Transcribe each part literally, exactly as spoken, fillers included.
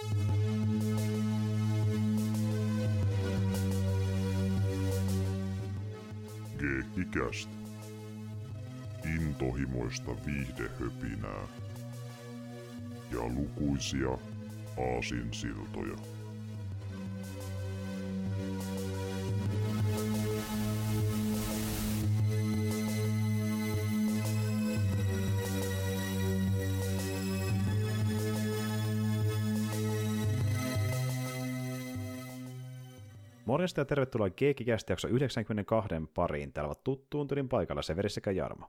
Geekkikäst. Intohimoista viihdehöpinää. Ja lukuisia aasinsiltoja. Morjesta ja tervetuloa Geekkikästi jakso yhdeksänkymmentäkaksi pariin. Täällä ovat tuttuun tyylin paikalla Severi sekä Jarmo.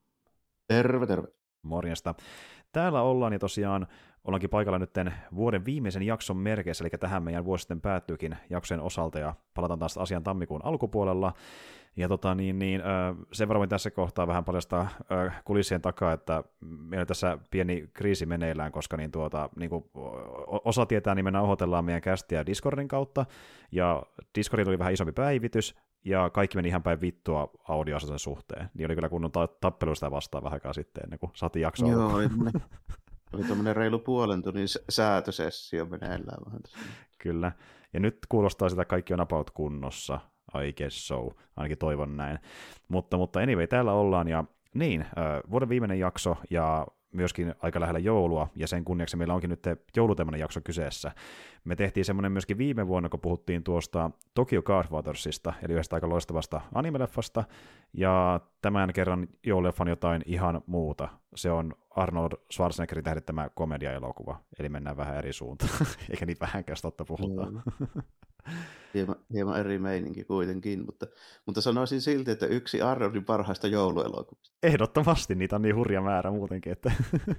Terve, terve. Morjesta. Täällä ollaan ja tosiaan ollaankin paikalla nyt vuoden viimeisen jakson merkeissä, eli tähän meidän vuosi sitten päättyykin jaksojen osalta ja palataan taas asian tammikuun alkupuolella. Ja tota, niin, niin, sen verran voin tässä kohtaa vähän paljastaa kulissien takaa, että meillä on tässä pieni kriisi meneillään, koska niin tuota, niin kuin osa tietää, niin me nauhoitellaan meidän kästiä Discordin kautta, ja Discordilla oli vähän isompi päivitys, ja kaikki meni ihan päin vittua audioasioiden suhteen. Niin oli kyllä kunnon ta- tappelu sitä vastaan vähän aikaa sitten, ennen kuin saatiin jaksoa. Joo, oli tuommoinen reilu puolen tunnin säätösessio meneillään vähän tässä. Kyllä, ja nyt kuulostaa sitä, että kaikki on about kunnossa. I guess so, ainakin toivon näin. Mutta, mutta anyway, täällä ollaan, ja niin, äh, vuoden viimeinen jakso, ja myöskin aika lähellä joulua, ja sen kunniaksi meillä onkin nyt jouluteemainen jakso kyseessä. Me tehtiin semmoinen myöskin viime vuonna, kun puhuttiin tuosta Tokyo Godfathersista, eli yhdestä aika loistavasta anime-leffasta, ja tämän kerran joululeffan jotain ihan muuta. Se on Arnold Schwarzeneggerin tähdittämä komedia-elokuva, eli mennään vähän eri suuntaan, eikä niin vähänkään totta puhutaan. Hieman, hieman eri meininki kuitenkin, mutta, mutta sanoisin silti, että yksi Arnoldin parhaista jouluelokuvista. Ehdottomasti, niitä on niin hurja määrä muutenkin, että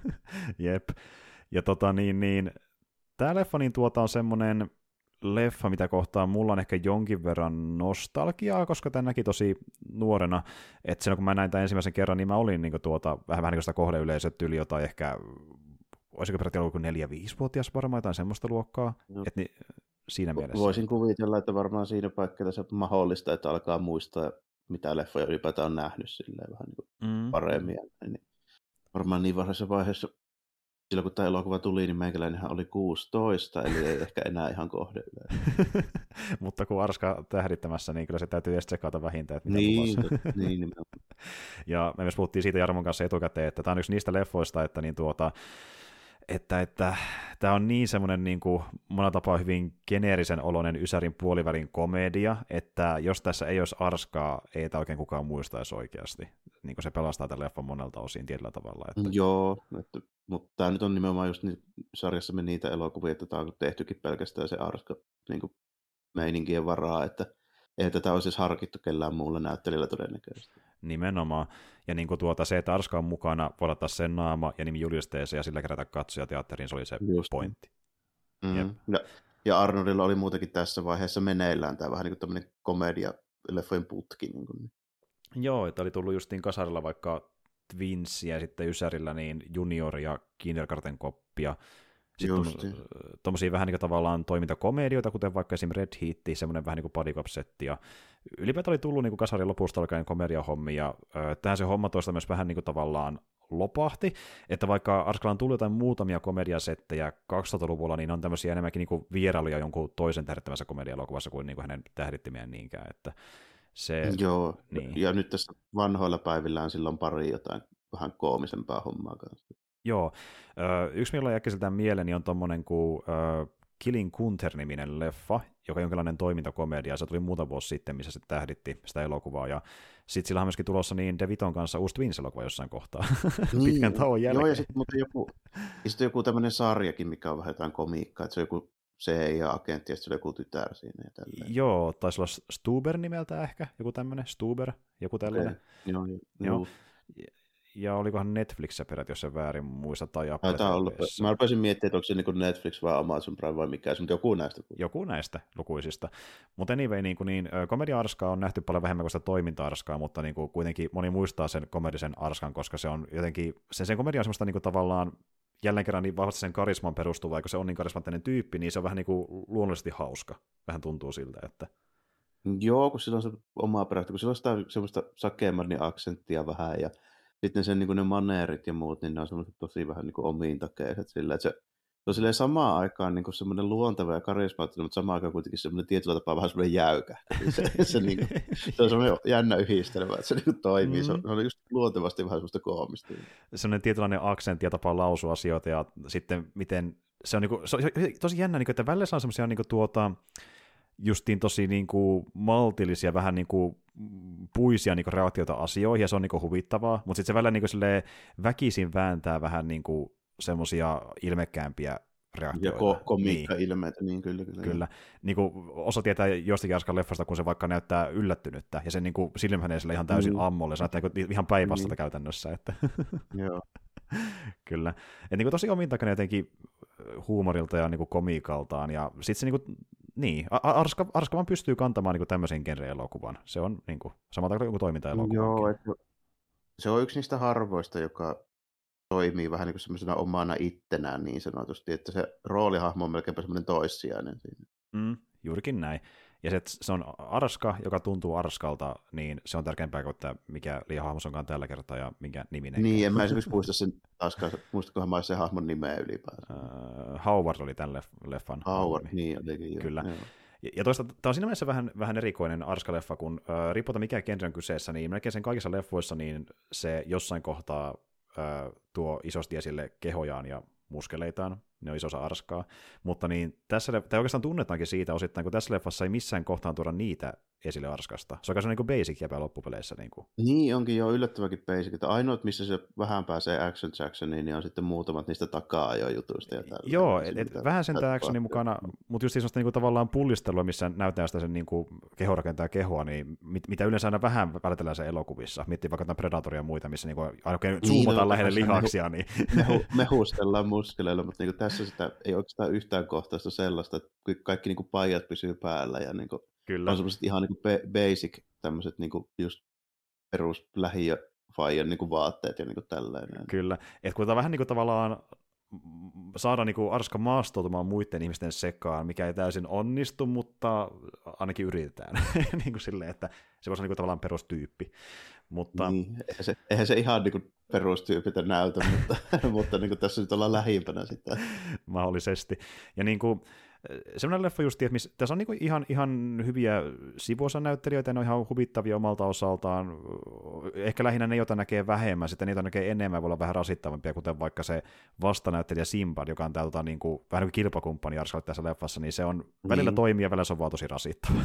jep. Ja tota niin, niin tää leffa niin tuota on semmonen leffa, mitä kohtaa mulla on ehkä jonkin verran nostalgiaa, koska tän näki tosi nuorena, että silloin kun mä näin tämän ensimmäisen kerran, niin mä olin niin tuota, vähän vähän niin kuin sitä kohdeyleisötyyliä, tai ehkä, olisiko peräti ollut neljä-viisivuotias varmaan, jotain semmoista luokkaa, no. että niin, siinä mielessä. Voisin kuvitella, että varmaan siinä paikalla se on mahdollista, että alkaa muistaa, mitä leffoja ylipäätään on nähnyt silleen vähän niin kuin mm. paremmin. Niin varmaan niin varhaisessa vaiheessa, silloin kun tämä elokuva tuli, niin meikäläinenhän oli kuusitoista, eli ei ehkä enää ihan kohdeyleisö. Mutta kun Arska tähdittämässä, niin kyllä se täytyy edes tsekata vähintään, että mitä niin, niin, ja me myös puhuttiin siitä Jarmon kanssa etukäteen, että tämä on yksi niistä leffoista, että niin tuota, että, että tämä on niin semmoinen niin kuin monella tapaa hyvin geneerisen oloinen Ysärin puolivälin komedia, että jos tässä ei olisi Arskaa, ei tämä oikein kukaan muistaisi oikeasti. Niin kuin se pelastaa tämän leffan monelta osin tietyllä tavalla. Että... Joo, että, mutta tämä nyt on nimenomaan just niin, sarjassamme niitä elokuvia, että tämä on tehtykin pelkästään se Arska niin kuin meininkien varaa, että ei tätä olisi harkittu kellään muulla näyttelijällä todennäköisesti. Nimenomaan. Ja niin kuin tuota, se, että Arska on mukana, voi laittaa sen naama ja nimi julisteeseen ja sillä kerätä katsoja teatteriin, se oli se Just. pointti. Mm. Ja, ja Arnoldilla oli muutenkin tässä vaiheessa meneillään tämä vähän niin kuin tämmöinen komedia-leffojen putki. Niin kuin. Joo, että oli tullut justiin kasarilla vaikka Twinsia ja sitten Ysärillä niin Junior ja Kindergarten koppia. Sitten tuommoisia vähän niin kuin tavallaan toimintakomedioita, kuten vaikka esimerkiksi Red Heat, semmoinen vähän niin kuin Buddy Cop-setti, ja ylipäätään oli tullut niin kuin kasarin lopusta alkaen komediahommi, ja ö, tähän se homma toista myös vähän niin kuin tavallaan lopahti, että vaikka Arskalla on tullut jotain muutamia komediasettejä kaksituhattaluvulla, niin on tämmöisiä enemmänkin niin kuin vierailuja jonkun toisen tähdittävässä komedialokuvassa kuin, niin kuin hänen tähdittimiään niinkään, että se... Joo, niin. Ja nyt tässä vanhoilla päivillään silloin pari jotain vähän koomisempaa hommaa kanssa. Joo, yksi millä äkkiseltään mieleeni on tommonen kuin Killing Gunther-niminen leffa, joka on jonkinlainen toimintakomedia, se tuli muutama vuosi sitten, missä se tähditti sitä elokuvaa, ja sitten sillä on myöskin tulossa niin De Viton kanssa uusi Twins-elokuva jossain kohtaa, niin, pitkän tauon jälkeen. Joo, ja sitten joku, joku tämmöinen sarjakin, mikä on vähän jotain komiikkaa, että se on joku C I A-agentti, ja sitten se on joku tytär siinä ja tälleen. Joo, taisi olla Stuber nimeltä ehkä, joku tämmöinen, Stuber, joku tällainen. Okay. Joo, joo. joo. Ja olikohan Netflixissä peräti, jos se väärin muista, tai Apple T V:ssä. Mä rupesin miettimään, että onko se niin Netflix vai Amazon Prime vai mikä, mutta joku näistä. Joku näistä lukuisista. Mutta anyway, niin, niin komedia-arskaa on nähty paljon vähemmän kuin sitä toiminta-arskaa, mutta niin kuin, kuitenkin moni muistaa sen komedisen arskan, koska se on jotenkin, sen, sen komedia on semmoista niin kuin, tavallaan jälleen kerran niin vahvasti sen karisman perustuva, vaikka se on niin karismaattinen tyyppi, niin se on vähän niin kuin luonnollisesti hauska. Vähän tuntuu siltä, että... Joo, kun sillä on se omaa perästä, kun sillä on sitä semmoista sakemannin aksenttia vähän ja sitten sen niin ne maneerit ja muut, niin ne on semmoiset tosi vähän niin omiin takeiset sillä, että se on silleen samaan aikaan niin semmoinen luonteva ja karismaattinen, mutta samaan aikaan kuitenkin semmoinen tietyllä tapaa vähän semmoinen jäykä. Se, se, niin kuin, se on semmoinen jännä yhdistelmä, että se niin kuin toimii. Mm. Se, on, se on just luontevasti vähän semmoista koomista. Semmoinen tietynlainen aksentti ja tapa lausua asioita ja sitten miten se on, niin kuin, se on tosi jännä, niin kuin, että välillä on semmoisia niin kuin, tuota, justiin tosi niin kuin, maltillisia, vähän niin kuin, puisia niin kuin, reaktioita asioihin ja se on niin kuin, huvittavaa, mutta sitten se välillä niin kuin, silleen, väkisin vääntää vähän niin kuin, semmoisia ilmekkäämpiä reaktioita. Ja ko- komiikka-ilmeitä, niin kyllä. Kyllä, kyllä. Niin kuin osa tietää jostakin Arskan leffasta, kun se vaikka näyttää yllättynyttä, ja se niin kuin, silmä menee sille ihan täysin mm. ammolle, se näyttää niin ihan päinvastaista mm. käytännössä. Että Joo. Kyllä. Et niin kuin tosi omintakainen jotenkin huumorilta ja niin kuin komiikaltaan, ja sitten se niin kuin, niin, Arska, Arska vaan pystyy kantamaan niin kuin tämmöisen genre-elokuvan. Se on niin kuin, samalla tavalla kuin toiminta-elokuva. Joo, että se on yksi niistä harvoista, joka toimii vähän niin kuin semmoisena omana ittenään niin sanotusti, että se roolihahmo on melkeinpä semmoinen toissijainen siinä. Mm, juurikin näin. Ja se, se on Arska, joka tuntuu Arskalta, niin se on tärkeämpää kuin, että mikä liihahahmos onkaan tällä kertaa ja minkä niminen. Niin, en mä esimerkiksi muista sen taaskaan, muistakohan mä sen hahmon nimeä ylipäätään. Uh, Howard oli tämän leffan. Howard, nimi. Niin olikin jo. Kyllä. Joo. Ja toisaalta tämä on siinä mielessä vähän, vähän erikoinen Arska-leffa, kun äh, riippuuta mikä genre on kyseessä, niin melkein sen kaikissa leffoissa niin se jossain kohtaa äh, tuo isosti esille kehojaan ja muskeleitaan, ne on iso osa Arskaa, mutta niin tässä, tai oikeastaan tunnetaankin siitä osittain, kun tässä leffassa ei missään kohtaan tuoda niitä esille Arskasta. Se on aika niin kuin basic jäpä loppupeleissä. Niin, kuin. Niin onkin jo yllättäväkin basic, että ainoat, missä se vähän pääsee Action Jacksoniin, niin on sitten muutamat niistä takaa-ajo-jutuista. Ja tällä, joo, et, et, vähän sen tämä Actionin mukana, mutta just sellaista niin tavallaan pullistelua, missä näyttää sitä sen niin kuin kehorakentaa kehoa, niin mit, mitä yleensä aina vähän välitellään sen elokuvissa. Miettii vaikka Predatoria ja muita, missä niin kuin, oikein zoomataan niin, lähelle lihaksia. Niin. Mehu, mehustellaan muskeleilla, mutta niin kuin tässä sitä ei oikeastaan yhtään kohtaista sellaista, että kaikki niin kuin paijat pysyy päällä ja niin kuin Kyllä. on semmoiset ihan niin kuin basic tämmöiset niin kuin just perus lähiöfaijan niin kuin vaatteet ja niin kuin tällainen. Kyllä, että kun tämä vähän niin kuin tavallaan saadaan niin kuin Arska maastoutumaan muiden ihmisten sekaan, mikä ei täysin onnistu, mutta ainakin yritetään. niin kuin silleen, että se voisi olla niin kuin tavallaan perustyyppi. Mutta niin, eihän, se, eihän se ihan niin kuin perustyypitä näytä, mutta, mutta niin kuin tässä nyt ollaan lähimpänä sitä. Mahdollisesti. Ja niin kuin semmoinen leffa just, että missä, tässä on niinku ihan, ihan hyviä sivuosanäyttelijöitä, ne on ihan huvittavia omalta osaltaan. Ehkä lähinnä ne, joita näkee vähemmän, sitten niitä näkee enemmän, voi olla vähän rasittavampia, kuten vaikka se vastanäyttelijä Simbad, joka on täältä niinku, vähän niin kuin kilpakumppani Arskalle tässä leffassa, niin se on niin. Välillä toimii ja välillä se on vaan tosi rasittava.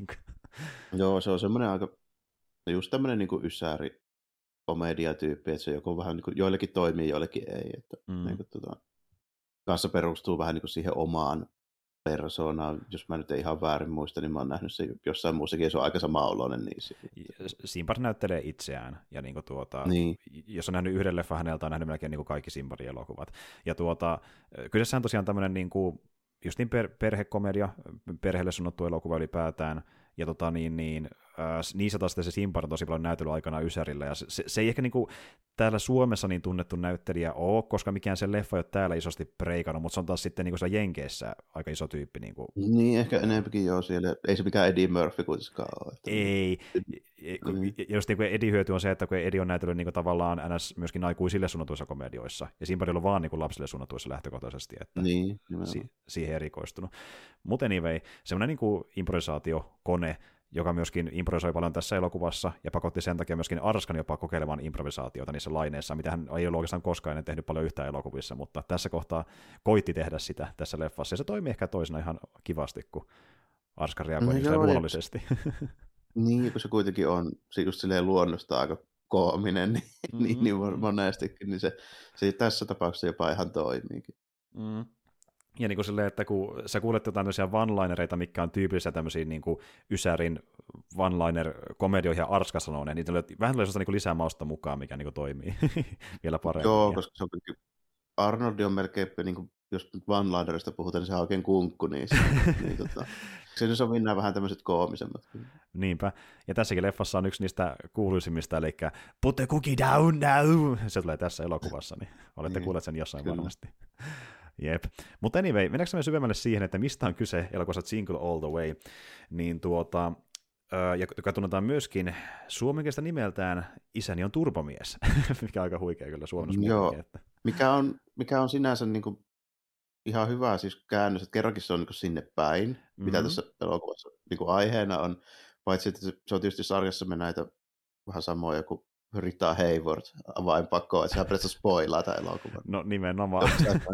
Joo, se on semmoinen aika, just tämmöinen niinku ysäri komediatyyppi, että se joku vähän niinku, joillekin toimii, joillekin ei. Että, mm. niinku, tota, kanssa perustuu vähän niinku siihen omaan persoonaa, jos mä nyt ei ihan väärin muista, niin mä oon nähnyt se jossain muussakin, ja se on aika sama oloinen niissä. Simbad näyttelee itseään, ja niinku tuota, niin. Jos on nähnyt yhden leffan häneltä, on nähnyt melkein niinku kaikki Simbadin elokuvat. Ja tuota, kyseessä on tosiaan tämmöinen niinku, just niin per, perhekomedia, perheelle suunnattu elokuva ylipäätään, ja tota niin, niin äh, niissä taas se Simbad on tosi paljon näytellyt aikana Ysärillä, ja se, se, se ei ehkä niinku täällä Suomessa niin tunnettu näyttelijä ole, koska mikään se leffa ei ole täällä isosti preikannut, mutta se on taas sitten niinku Jenkeissä aika iso tyyppi. Niinku. Niin, ehkä enempikin joo siellä. Ei se mikään Eddie Murphy kuitenkaan ole. Että ei. Mm. Ja just niin kuin Eddie hyöty on se, että kun Eddie on näytellyt niin tavallaan ns. Myöskin aikuisille suunnatuissa komedioissa, ja Simbadilla on vaan niin lapsille suunnatuissa lähtökohtaisesti, että niin, si- siihen erikoistunut. Mutta anyway, semmoinen niin improvisaatiokone, joka myöskin improvisoi paljon tässä elokuvassa, ja pakotti sen takia myöskin Arskan jopa kokeilemaan improvisaatiota niissä laineissa, mitä hän ei ollut oikeastaan koskaan ennen tehnyt paljon yhtään elokuvissa, mutta tässä kohtaa koitti tehdä sitä tässä leffassa, ja se toimii ehkä toisena ihan kivasti, kun Arska reagoi no, luonnollisesti. Niin, kun se kuitenkin on just silleen luonnosta aika koominen, niin, mm-hmm. niin, niin monestikin, niin se, se tässä tapauksessa jopa ihan toimiikin. Mm. Ja niin kuin silleen, että kun sä kuulet jotain tämmöisiä one-linereita, mitkä on tyypillisiä tämmöisiä niin kuin Ysärin one-liner-komedioihin ja Arska sanoo, niin niitä on vähän sellaista niin kuin lisää mausta mukaan, mikä niin kuin toimii vielä paremmin. Joo, koska se on Arnold on melkein, niin kuin, jos one-linerista puhutaan, niin se on oikein kunkku niissä. niin, tota, se on minä vähän tämmöiset koomisemmat. Niinpä. Ja tässäkin leffassa on yksi niistä kuuluisimmista, eli put the cookie down now! Se tulee tässä elokuvassa, niin olette niin, kuulleet sen jossain kyllä. Varmasti. Jep. Mutta anyway, mennäänkö me syvemmälle siihen, että mistä on kyse elokuvassa Jingle All the Way, niin tuota, joka tunnetaan myöskin suomenkielistä nimeltään Isäni on turbomies, mikä on aika huikea kyllä suomennos. Joo, että mikä on, mikä on sinänsä niin kuin ihan hyvä siis käännös, että kerrankin se on niin sinne päin, mm-hmm. mitä tässä elokuvassa niin aiheena on, paitsi että se on tietysti sarjassamme näitä vähän samoja kuin Rita Hayworth avainpakoon, että sehän periaatteessa spoilaa tämä elokuva. No nimenomaan.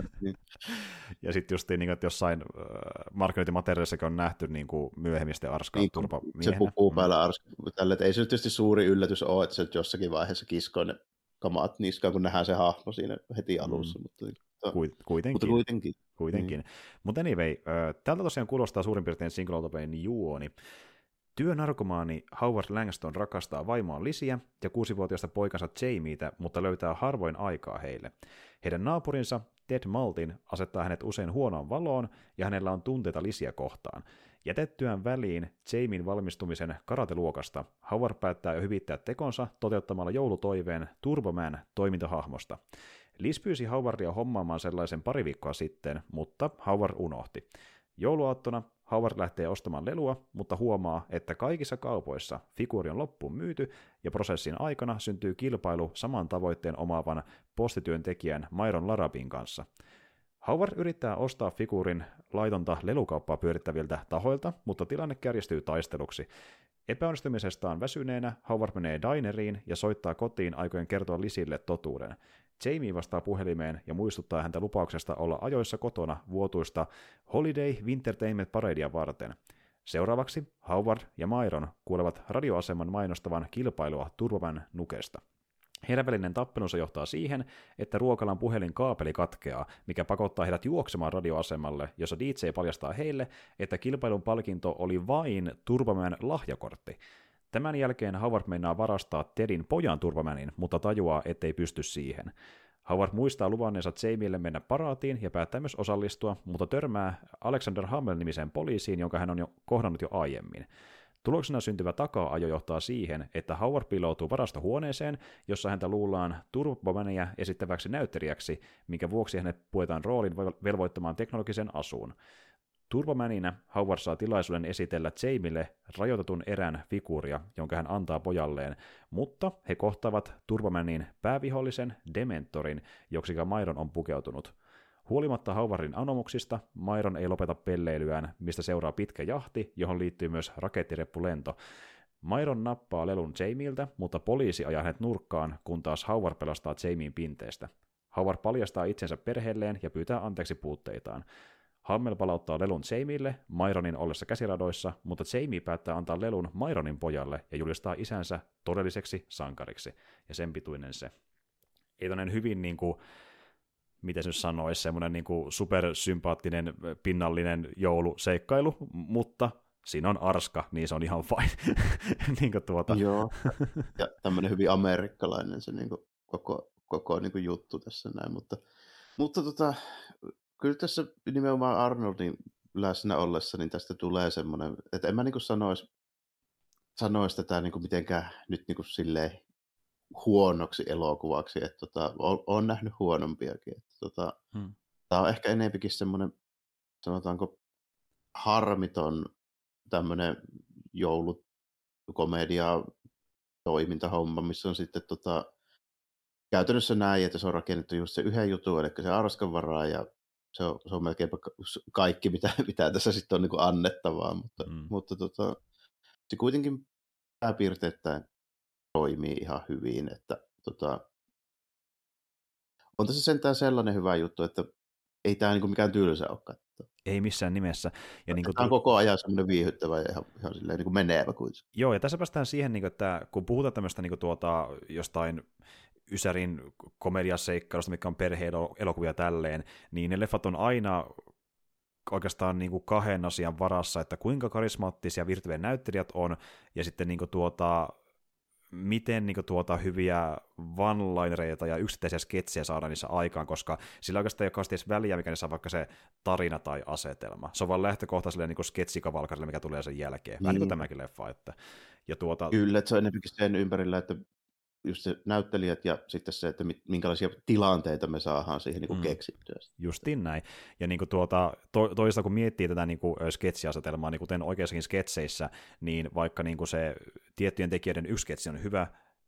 Ja sitten just niin, että jossain äh, markkinointimateriaalissakin on nähty niin kuin myöhemmin sitten Arskaa niin, turvamiehenä. Se pukuu päällä Arska tälle, että ei se tietysti suuri yllätys ole, että se jossakin vaiheessa kiskoo ne kamat niskaan, kun nähdään se hahmo siinä heti alussa. Mm. Mutta, kuitenkin. Mutta kuitenkin. kuitenkin. Mm. Mutta anyway, äh, tältä tosiaan kuulostaa suurin piirtein Single juoni. Työnarkomaani Howard Langston rakastaa vaimoaan Lisiä ja kuusivuotiaista poikansa Jamietä, mutta löytää harvoin aikaa heille. Heidän naapurinsa Ted Maltin asettaa hänet usein huonoon valoon ja hänellä on tunteita Lisiä kohtaan. Jätettyään väliin Jamien valmistumisen karateluokasta, Howard päättää jo hyvittää tekonsa toteuttamalla joulutoiveen Turboman toimintahahmosta. Liz pyysi Howardia hommaamaan sellaisen pari viikkoa sitten, mutta Howard unohti. Jouluaattona Howard lähtee ostamaan lelua, mutta huomaa, että kaikissa kaupoissa figuuri on loppuun myyty ja prosessin aikana syntyy kilpailu saman tavoitteen omaavan postityöntekijän Myron Larrabin kanssa. Howard yrittää ostaa figuurin laitonta lelukauppaa pyörittäviltä tahoilta, mutta tilanne kärjistyy taisteluksi. Epäonnistumisestaan väsyneenä Howard menee dineriin ja soittaa kotiin aikojen kertoa Lizille totuuden. Jamie vastaa puhelimeen ja muistuttaa häntä lupauksesta olla ajoissa kotona vuotuista Holiday Wintertainment Paradea varten. Seuraavaksi Howard ja Myron kuulevat radioaseman mainostavan kilpailua Turboman nukesta. Heidän välinen tappelunsa johtaa siihen, että ruokalan puhelinkaapeli katkeaa, mikä pakottaa heidät juoksemaan radioasemalle, jossa D J paljastaa heille, että kilpailun palkinto oli vain Turboman lahjakortti. Tämän jälkeen Howard meinaa varastaa Tedin pojan Turbomanin, mutta tajuaa, ettei pysty siihen. Howard muistaa luvanneensa Jamielle mennä paraatiin ja päättää myös osallistua, mutta törmää Alexander Hamel-nimiseen poliisiin, jonka hän on jo kohdannut jo aiemmin. Tuloksena syntyvä taka-ajo johtaa siihen, että Howard piiloutuu varastohuoneeseen, jossa häntä luullaan Turbomania esittäväksi näyttelijäksi, minkä vuoksi hänet puetaan roolin velvoittamaan teknologisen asuun. Turbomanina Howard saa tilaisuuden esitellä Jamielle rajoitetun erän figuuria, jonka hän antaa pojalleen, mutta he kohtaavat Turbomanin päävihollisen Dementorin, joksika Myron on pukeutunut. Huolimatta Howardin anomuksista, Myron ei lopeta pelleilyään, mistä seuraa pitkä jahti, johon liittyy myös rakettireppulento. Myron nappaa lelun Jamieltä, mutta poliisi ajaa hänet nurkkaan, kun taas Howard pelastaa Jamien pinteestä. Howard paljastaa itsensä perheelleen ja pyytää anteeksi puutteitaan. Hammel palauttaa lelun Jamielle Myronin ollessa käsiradoissa, mutta Jamie päättää antaa lelun Myronin pojalle ja julistaa isänsä todelliseksi sankariksi. Ja sen pituinen se. Ei toinen hyvin niin kuin, miten se nyt sanoisi, semmoinen niin kuin supersympaattinen, pinnallinen jouluseikkailu, mutta siinä on Arska, niin se on ihan fine. niin kuin tuota. Joo, ja tämmöinen hyvin amerikkalainen se niin kuin koko, koko niin kuin juttu tässä näin, mutta, mutta tota, kyllä tässä nimenomaan Arnoldin läsnä ollessa, niin tästä tulee semmoinen, että en mä niin kuin sanoisi, sanoisi tätä niin kuin mitenkään nyt niin kuin silleen huonoksi elokuvaksi, että tota, olen nähnyt huonompiakin. Että tota, hmm. Tämä on ehkä enempikin semmoinen, sanotaanko, harmiton tämmöinen joulukomedia toimintahomma, missä on sitten tota, käytännössä näin, että se on rakennettu just se yhden jutun, eli se Arskan varaa, ja se on, se on melkein kaikki, mitä, mitä tässä sitten on niin kuin annettavaa, mutta, hmm. mutta tota, se kuitenkin pääpiirteittäin toimii ihan hyvin, että tota, on tässä sentään sellainen hyvä juttu, että ei tämä niinku mikään tylsä ole katsoa. Ei missään nimessä. Ja niin kuin tämä on koko ajan semmoinen viihyttävä ja ihan, ihan silleen niin kuin menevä kuitenkin. Joo, ja tässä päästään siihen, että kun puhutaan tämmöistä niin kuin tuota, jostain Ysärin komediaseikkailusta, mikä on perhe-elokuvia tälleen, niin ne leffat on aina oikeastaan niin kuin kahden asian varassa, että kuinka karismaattisia virtuaalisia näyttelijät on, ja sitten niin kuin tuota, miten niin kuin, tuota, hyviä one-linereita ja yksittäisiä sketsejä saadaan niissä aikaan, koska sillä oikeastaan ei ole kauheasti edes väliä, mikä niissä on vaikka se tarina tai asetelma. Se on vaan lähtökohta silleen niin sketsikavalkarille, mikä tulee sen jälkeen. Vähän niin kuin tämäkin leffa. Että, ja tuota... Kyllä, että se on enemmänkin sen ympärillä, että just se näyttelijät ja sitten se, että minkälaisia tilanteita me saadaan siihen niin mm. keksittyä. Justiin näin. Ja niin kuin tuota, to, toista kun miettii tätä niin kuin sketsiasetelmaa, niin kuten oikeissakin sketseissä, niin vaikka niin kuin se tiettyjen tekijöiden yksi sketsi on hyvä,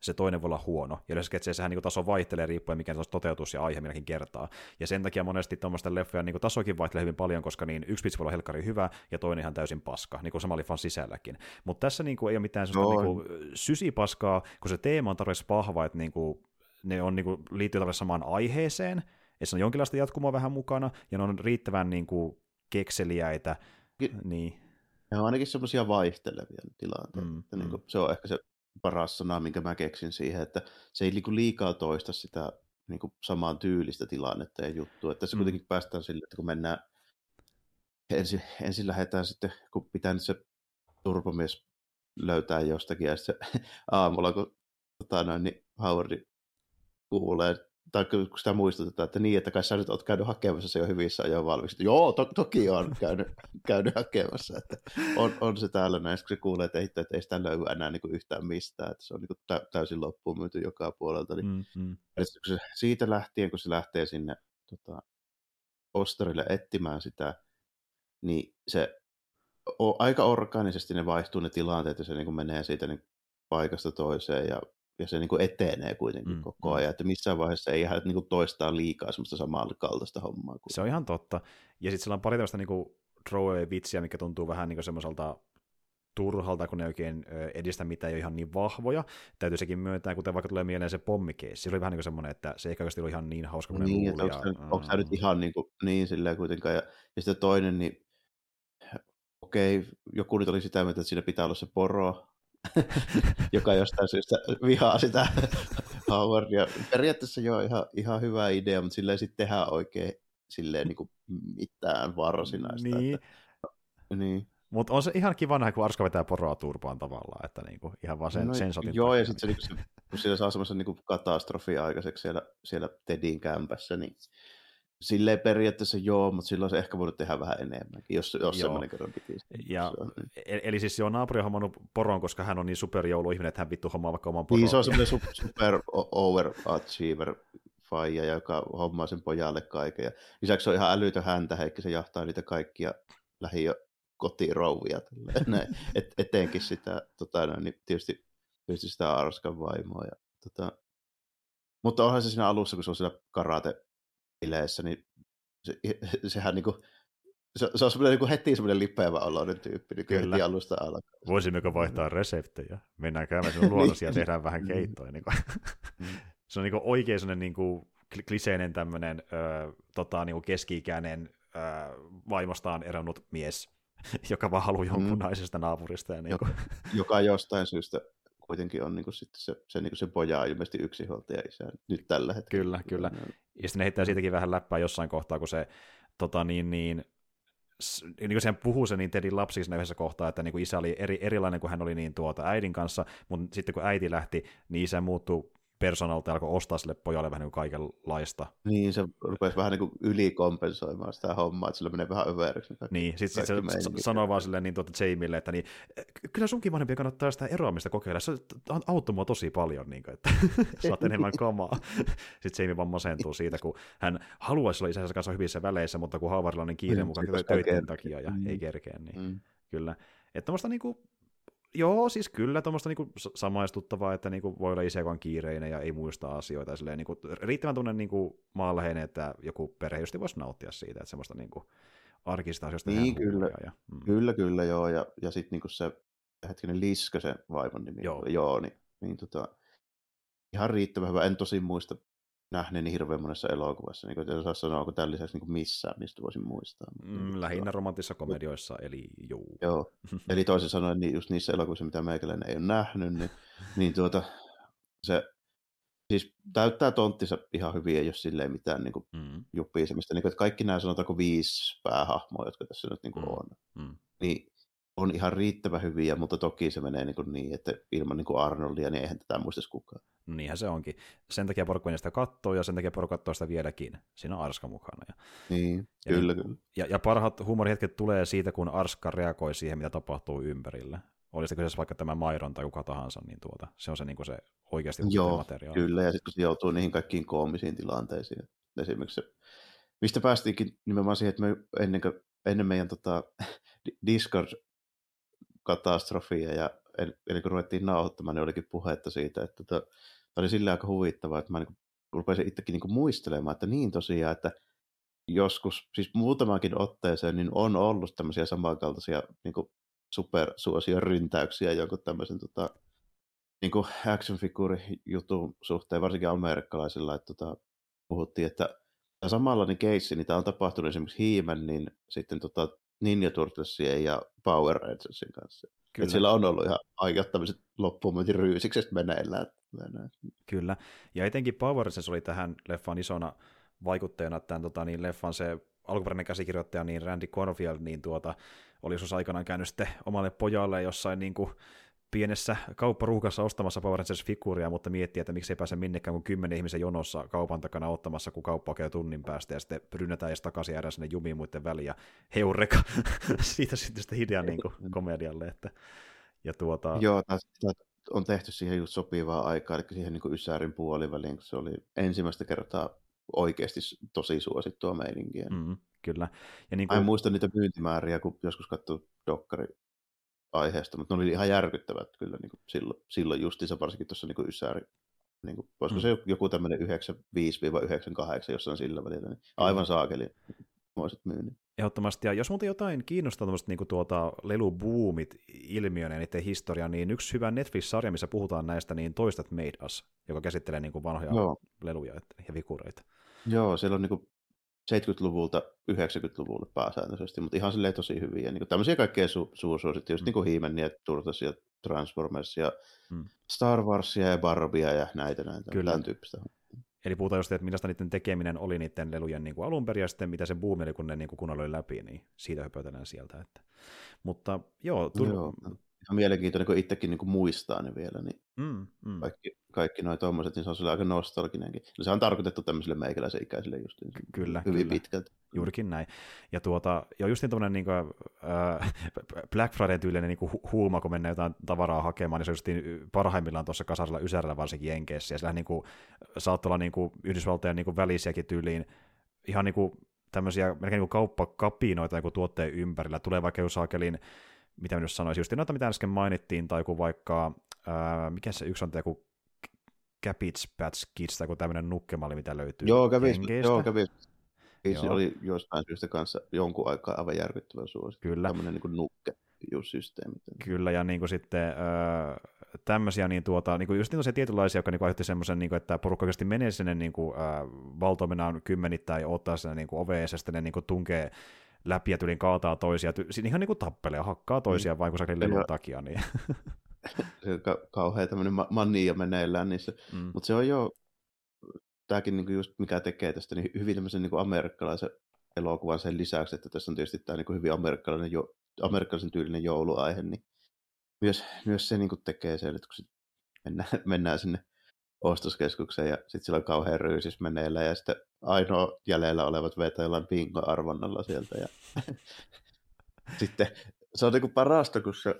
se toinen voi olla huono. Ja yleensä sketseissähän niin taso vaihtelee riippuen, mikä toteutus ja aihe milläkin kertaa. Ja sen takia monesti tuommoisten leffojen niin tasokin vaihtelee hyvin paljon, koska niin yksi pitsi voi olla helkkari hyvä ja toinen ihan täysin paska, niin kuin sama leffan sisälläkin. Mutta tässä niin kuin, ei ole mitään sellaista no. niin sysipaskaa, kun se teema on tarpeeksi vahva, että niin kuin, ne on, niin kuin, liittyy tarpeeksi samaan aiheeseen, että se on jonkinlaista jatkumoa vähän mukana, ja ne on riittävän niin kuin, kekseliäitä. Ki- niin. Ne on ainakin semmoisia vaihtelevia tilanteita. Mm, mm. Niin kuin, se on ehkä se paras sana, minkä mä keksin siihen, että se ei niin kuin liikaa toista sitä niin kuin samaan tyylistä tilannetta ja juttua. Että se mm. kuitenkin päästään sille, että kun mennään, ensin, ensin lähdetään sitten, kun pitää nyt se turpomies löytää jostakin, ja sitten se aamulla, kun tota noin, niin Howardi kuulee, tai kun sitä muistutetaan, että niin, että kai sä nyt oot käynyt hakemassa se jo hyvissä ajoin valmiiksi. Joo, to- toki on käynyt, käynyt hakemassa, että on, on se täällä näin, kun se kuulee, että ei, että ei sitä löydy enää niin kuin yhtään mistään, että se on niin kuin tä- täysin loppuun myyty joka puolelta. Niin mm-hmm. se, siitä lähtien, kun se lähtee sinne tota, Osterille etsimään sitä, niin se o, aika orgaanisesti ne vaihtuu ne tilanteet, ja se niin kuin menee siitä niin paikasta toiseen, ja ja se niin kuin etenee kuitenkin mm, koko ajan, mm. että missään vaiheessa ei ihan niin kuin toistaa liikaa semmoista samankaltaista hommaa. Kuin... Se on ihan totta. Ja sitten sillä on pari tällaista niin throwaway-vitsiä, mikä tuntuu vähän niin semmoiselta turhalta, kun ne oikein edistä mitään ei ole ihan niin vahvoja. Täytyy sekin myöntää, kuten vaikka tulee mieleen se pommikeissi. Se oli vähän niin kuin semmoinen, että se ei oikeasti ollut ihan niin hauska kuin niin, ne luuli. Onko, ja... onko tämä nyt ihan niin, kuin, niin silleen kuitenkaan. Ja, ja sitten toinen, niin okei, okay, joku nyt oli sitä mieltä, että siinä pitää olla se poro, joka jostain syystä vihaa sitä Howardia. Periaatteessa joo, ihan, ihan hyvä idea, mutta sillä ei sitten tehdä oikein silleen niin kuin mitään varsinaista. Niin. Että, niin. Mutta on se ihan kiva nähdä, kun Arska vetää poroa turpaan tavallaan, että niinku, ihan vaan sen, no, sen sotin. Joo, takia. Ja sitten se, niinku, se, kun siellä saa semmoisen niinku katastrofi aikaiseksi siellä, siellä Tedin kämpässä, niin silleen periaatteessa joo, mutta silloin se ehkä voinut tehdä vähän enemmänkin, jos, jos semmoinen kerran piti. Ja, eli siis joo, naapuri on hommannut poron, koska hän on niin superjouluihminen, että hän vittu hommaa vaikka oman poron. Niin, se on semmoinen super overachiever faija, joka hommaa sen pojalle kaiken. Ja lisäksi se on ihan älytön häntä, heikki se jahtaa niitä kaikkia lähiö kotirouvia. Et, etenkin sitä, tota, niin tietysti, tietysti sitä Arskan vaimoa. Ja, tota, mutta onhan se siinä alussa, kun se on siellä karate-bileissä, niin se, sehän niinku, se, se on semmoinen niinku heti semmoinen lipeävä oloinen tyyppi, niin kyllä heti alusta alkaa. Voisimmeko vaihtaa reseptejä? Mennään käymään sinun luonnossa ja tehdään vähän keittoa. Niin se on niinku oikein semmoinen niinku kliseinen tämmöinen ö, tota, niinku keski-ikäinen ö, vaimostaan eronnut mies, joka vaan haluaa jonkun mm. naisesta naapurista. Ja niinku. Joka jostain syystä kuitenkin on niinku sitten se, se, niinku se poja on ilmeisesti yksinhuoltaja isä nyt tällä hetkellä. Kyllä, kyllä. Ja sitten ne heittää siitäkin vähän läppää jossain kohtaa, kun se tota, niin, niin, niin kuin sehän puhuu se niin Tedin lapsiksi siinä yhdessä kohtaa, että niin kuin isä oli eri, erilainen kuin hän oli niin tuota äidin kanssa, mutta sitten kun äiti lähti, niin isä muuttui persoonalta ja alkoi ostaa sille pojalle vähän niin kuin kaikenlaista. Niin, se rupesi vähän niin kuin ylikompensoimaan sitä hommaa, että sillä menee vähän överiksi. Niin, sitten sit se sanoo vaan silleen niin tuota Jamille, että niin, kyllä sunkin vanhempia kannattaa sitä eroamista kokeilla, se auttoi mua tosi paljon, niin kuin, että saat enemmän kamaa. Sitten Jamie vaan masentuu siitä, kun hän haluaisi olla isänsä kanssa hyvissä väleissä, mutta kun Howardilla on niin kiire mukaan töiden takia ja mm. ei kerkeä, niin mm. kyllä. Että tämmöistä niin kuin joo, siis kyllä tuommoista niinku samaistuttavaa, että niinku voi olla isä, joka on kiireinen ja ei muista asioita. Silleen, niinku, riittävän tunnen niinku maanläheinen, että joku perhe just voisi nauttia siitä, että semmoista niinku arkista asioista niin, kyllä. Ja, mm. kyllä, kyllä, joo. Ja, ja sitten niinku se hetkinen Liska, se vaimon nimi, joo, joo niin, niin tota, ihan riittävän hyvä. En tosi muista nähneeni hirveän monessa elokuvassa, niin kuin osaa sanoa, onko tämän lisäksi niin missään, mistä voisin muistaa. Mm, lähinnä romanttisissa komedioissa, eli juu. Joo, eli toisin sanoen niin just niissä elokuvissa, mitä meikäläinen ei ole nähnyt, niin, niin tuota, se siis täyttää tonttinsa ihan hyvin, ei ole silleen mitään niin kuin mm. juppiisemista. Niin kuin, että kaikki nämä sanotaanko viisi päähahmoa, jotka tässä nyt niin kuin mm. on, mm. niin on ihan riittävän hyviä, mutta toki se menee niin, kuin niin että ilman niin kuin Arnoldia, niin eihän tätä muistaisi kukaan. No niinhän se onkin. Sen takia porukka sitä katsoo, ja sen takia porukka katsoo sitä vieläkin. Siinä on Arska mukana. Ja, niin, ja kyllä, niin, kyllä. Ja, ja parhaat huumorihetket tulee siitä, kun Arska reagoi siihen, mitä tapahtuu ympärillä. Oli se kyseessä vaikka tämä Myron tai kuka tahansa, niin tuota, se on se, niin kuin se oikeasti joo, materiaali. Kyllä, ja sitten kun se joutuu niihin kaikkiin koomisiin tilanteisiin. Esimerkiksi se, mistä päästiinkin nimenomaan siihen, että me ennen, kuin, ennen meidän tota, Discord katastrofia ja eli kun ruvettiin nauhoittamaan, niin olikin puhetta siitä, että tämä oli sillä aika huvittavaa, että mä niin rupesin itsekin niin muistelemaan, että niin tosiaan, että joskus, siis muutamakin otteeseen, niin on ollut tämmöisiä samankaltaisia niin supersuosion ryntäyksiä jonkun tämmöisen tota, niin action-figure-jutun suhteen, varsinkin amerikkalaisilla, että tota, puhuttiin, että samanlainen keissi, niin tämä on tapahtunut esimerkiksi He-Man, niin sitten tota, Ninja Turtlesien ja Power Rangersin kanssa. Että sillä on ollut ihan aiot tämmöiset loppuun ryysiksestä meneillään. Kyllä, ja etenkin Power Rangers oli tähän leffan isona vaikutteena, että tämän, tota, niin leffan se alkuperäinen käsikirjoittaja, niin Randy Cornfield, niin tuota, oli joskus aikanaan käynyt sitten omalle pojalle jossain niin kuin pienessä kaupparuuhkassa ostamassa Power Rangers-figuuria, mutta miettii, että miksi ei pääse minnekään kuin kymmenen ihmisen jonossa kaupan takana ottamassa, kun kauppa käy tunnin päästä, ja sitten rynnätään edes takaisin jäädään sinne jumiin muiden väliin, ja heureka, siitä sitten sitä ideaa niin kuin komedialle. Että, ja tuota... Joo, tämä on tehty siihen just sopivaa aikaa, eli siihen niin kuin Ysärin puoliväliin, kun se oli ensimmäistä kertaa oikeasti tosi suosittua meininkiä. Mm, kyllä. Ja niin kuin... en muista niitä myyntimääriä, kun joskus katsoi dokkari aiheesta, mutta ne oli ihan järkyttävät kyllä niin kuin silloin, silloin justiinsa, varsinkin tuossa niin Ysäri. Niin kuin, olisiko mm. se joku tämmöinen yhdeksänkymmentäviisi yhdeksänkymmentäkahdeksan jossain sillä välillä, niin aivan saakeli muiset myynnit. Ehdottomasti, ja jos muuten jotain kiinnostaa tämmöiset niin tuota, lelubuumit ilmiönä ja niiden historia, niin yksi hyvä Netflix-sarja, missä puhutaan näistä, niin Toys That Made Us, joka käsittelee niin kuin vanhoja Joo. leluja ja figureita. Joo, siellä on niin kuin seitsemänkymmentäluvulta yhdeksänkymmentäluvulle pääsääntöisesti, mutta ihan silleen tosi hyviä. Niin tämmöisiä kaikkea su- suursuosittuja, just mm. niin kuin He-Man ja Turtles ja Transformers ja mm. Star Warsia ja Barbia ja näitä, näitä tämän tyyppistä. Eli puhutaan just, että millaista niiden tekeminen oli niiden lelujen niin kuin alun perin, ja sitten mitä se buumi oli, kun ne niin kuin kunnolla oli läpi, niin siitä höpötellään sieltä. Että. Mutta joo, tur- joo. Ihan mielenkiintoinen, kun itsekin niin kuin muistaa ne vielä, niin mm, mm. kaikki, kaikki noi tommoset, niin se on sillä aika nostalginenkin. Se on tarkoitettu tämmöisille meikäläisen ikäisille just kyllä, hyvin kyllä. pitkälti. Juurikin näin. Ja tuota, ja just niin tommoinen niin kuin, äh, Black Friday-tyylinen niin kuin huuma, kun mennään jotain tavaraa hakemaan, niin se on just niin parhaimmillaan tuossa kasarilla Ysärillä varsinkin Jenkeissä, ja sillä niin kuin, saattaa olla niin kuin Yhdysvaltojen niin kuin välisiäkin tyyliin ihan niin kuin tämmöisiä melkein niin kuin kauppakapinoita niin kuin tuotteen ympärillä. Tulee vaikka Usaakelin, mitä minä sanoisin, just noita, mitä äsken mainittiin, tai joku vaikka, ää, mikä se yksi on, joku Cabbage Patch Kids, tai joku tämmöinen nukkemalli, mitä löytyy Joo, Cabbage, joo, Cabbage. Se oli jostain syystä kanssa jonkun aikaa aivan järkyttävän suosittu. Kyllä. Tämmöinen niin nukke-systeemi. Kyllä, ja niin kuin sitten äh, tämmöisiä, niin tuota, niin kuin just niin tietynlaisia, jotka niin aiheutti semmoisen, niin kuin, että porukka oikeasti menee sinne niin kuin, äh, valtoimenaan kymmenittäin ja ottaa sinne niin oveeseen, ja sitten ne niin kuin tunkee läpi ja tyylin kaataa toisia, siinä ihan niin kuin tappelee ja hakkaa toisiaan mm. vain kun lelun takia. Niin. Se on ka- kauhean tämmöinen ma- mania meneillään niissä, mm. mutta se on jo, tämäkin niin just mikä tekee tästä niin hyvin tämmöisen niin amerikkalaisen elokuvan sen lisäksi, että tässä on tietysti tämä niin hyvin amerikkalainen, jo- amerikkalaisen tyylinen jouluaihe, niin myös, myös se niin tekee sen, että kun mennään, mennään sinne ostoskeskukseen ja sitten sillä on kauhean ryysis meneillään ja sitten ainoa jäljellä olevat vetää jollain bingo-arvonnalla sieltä ja sitten se on niin kuin parasta, kun se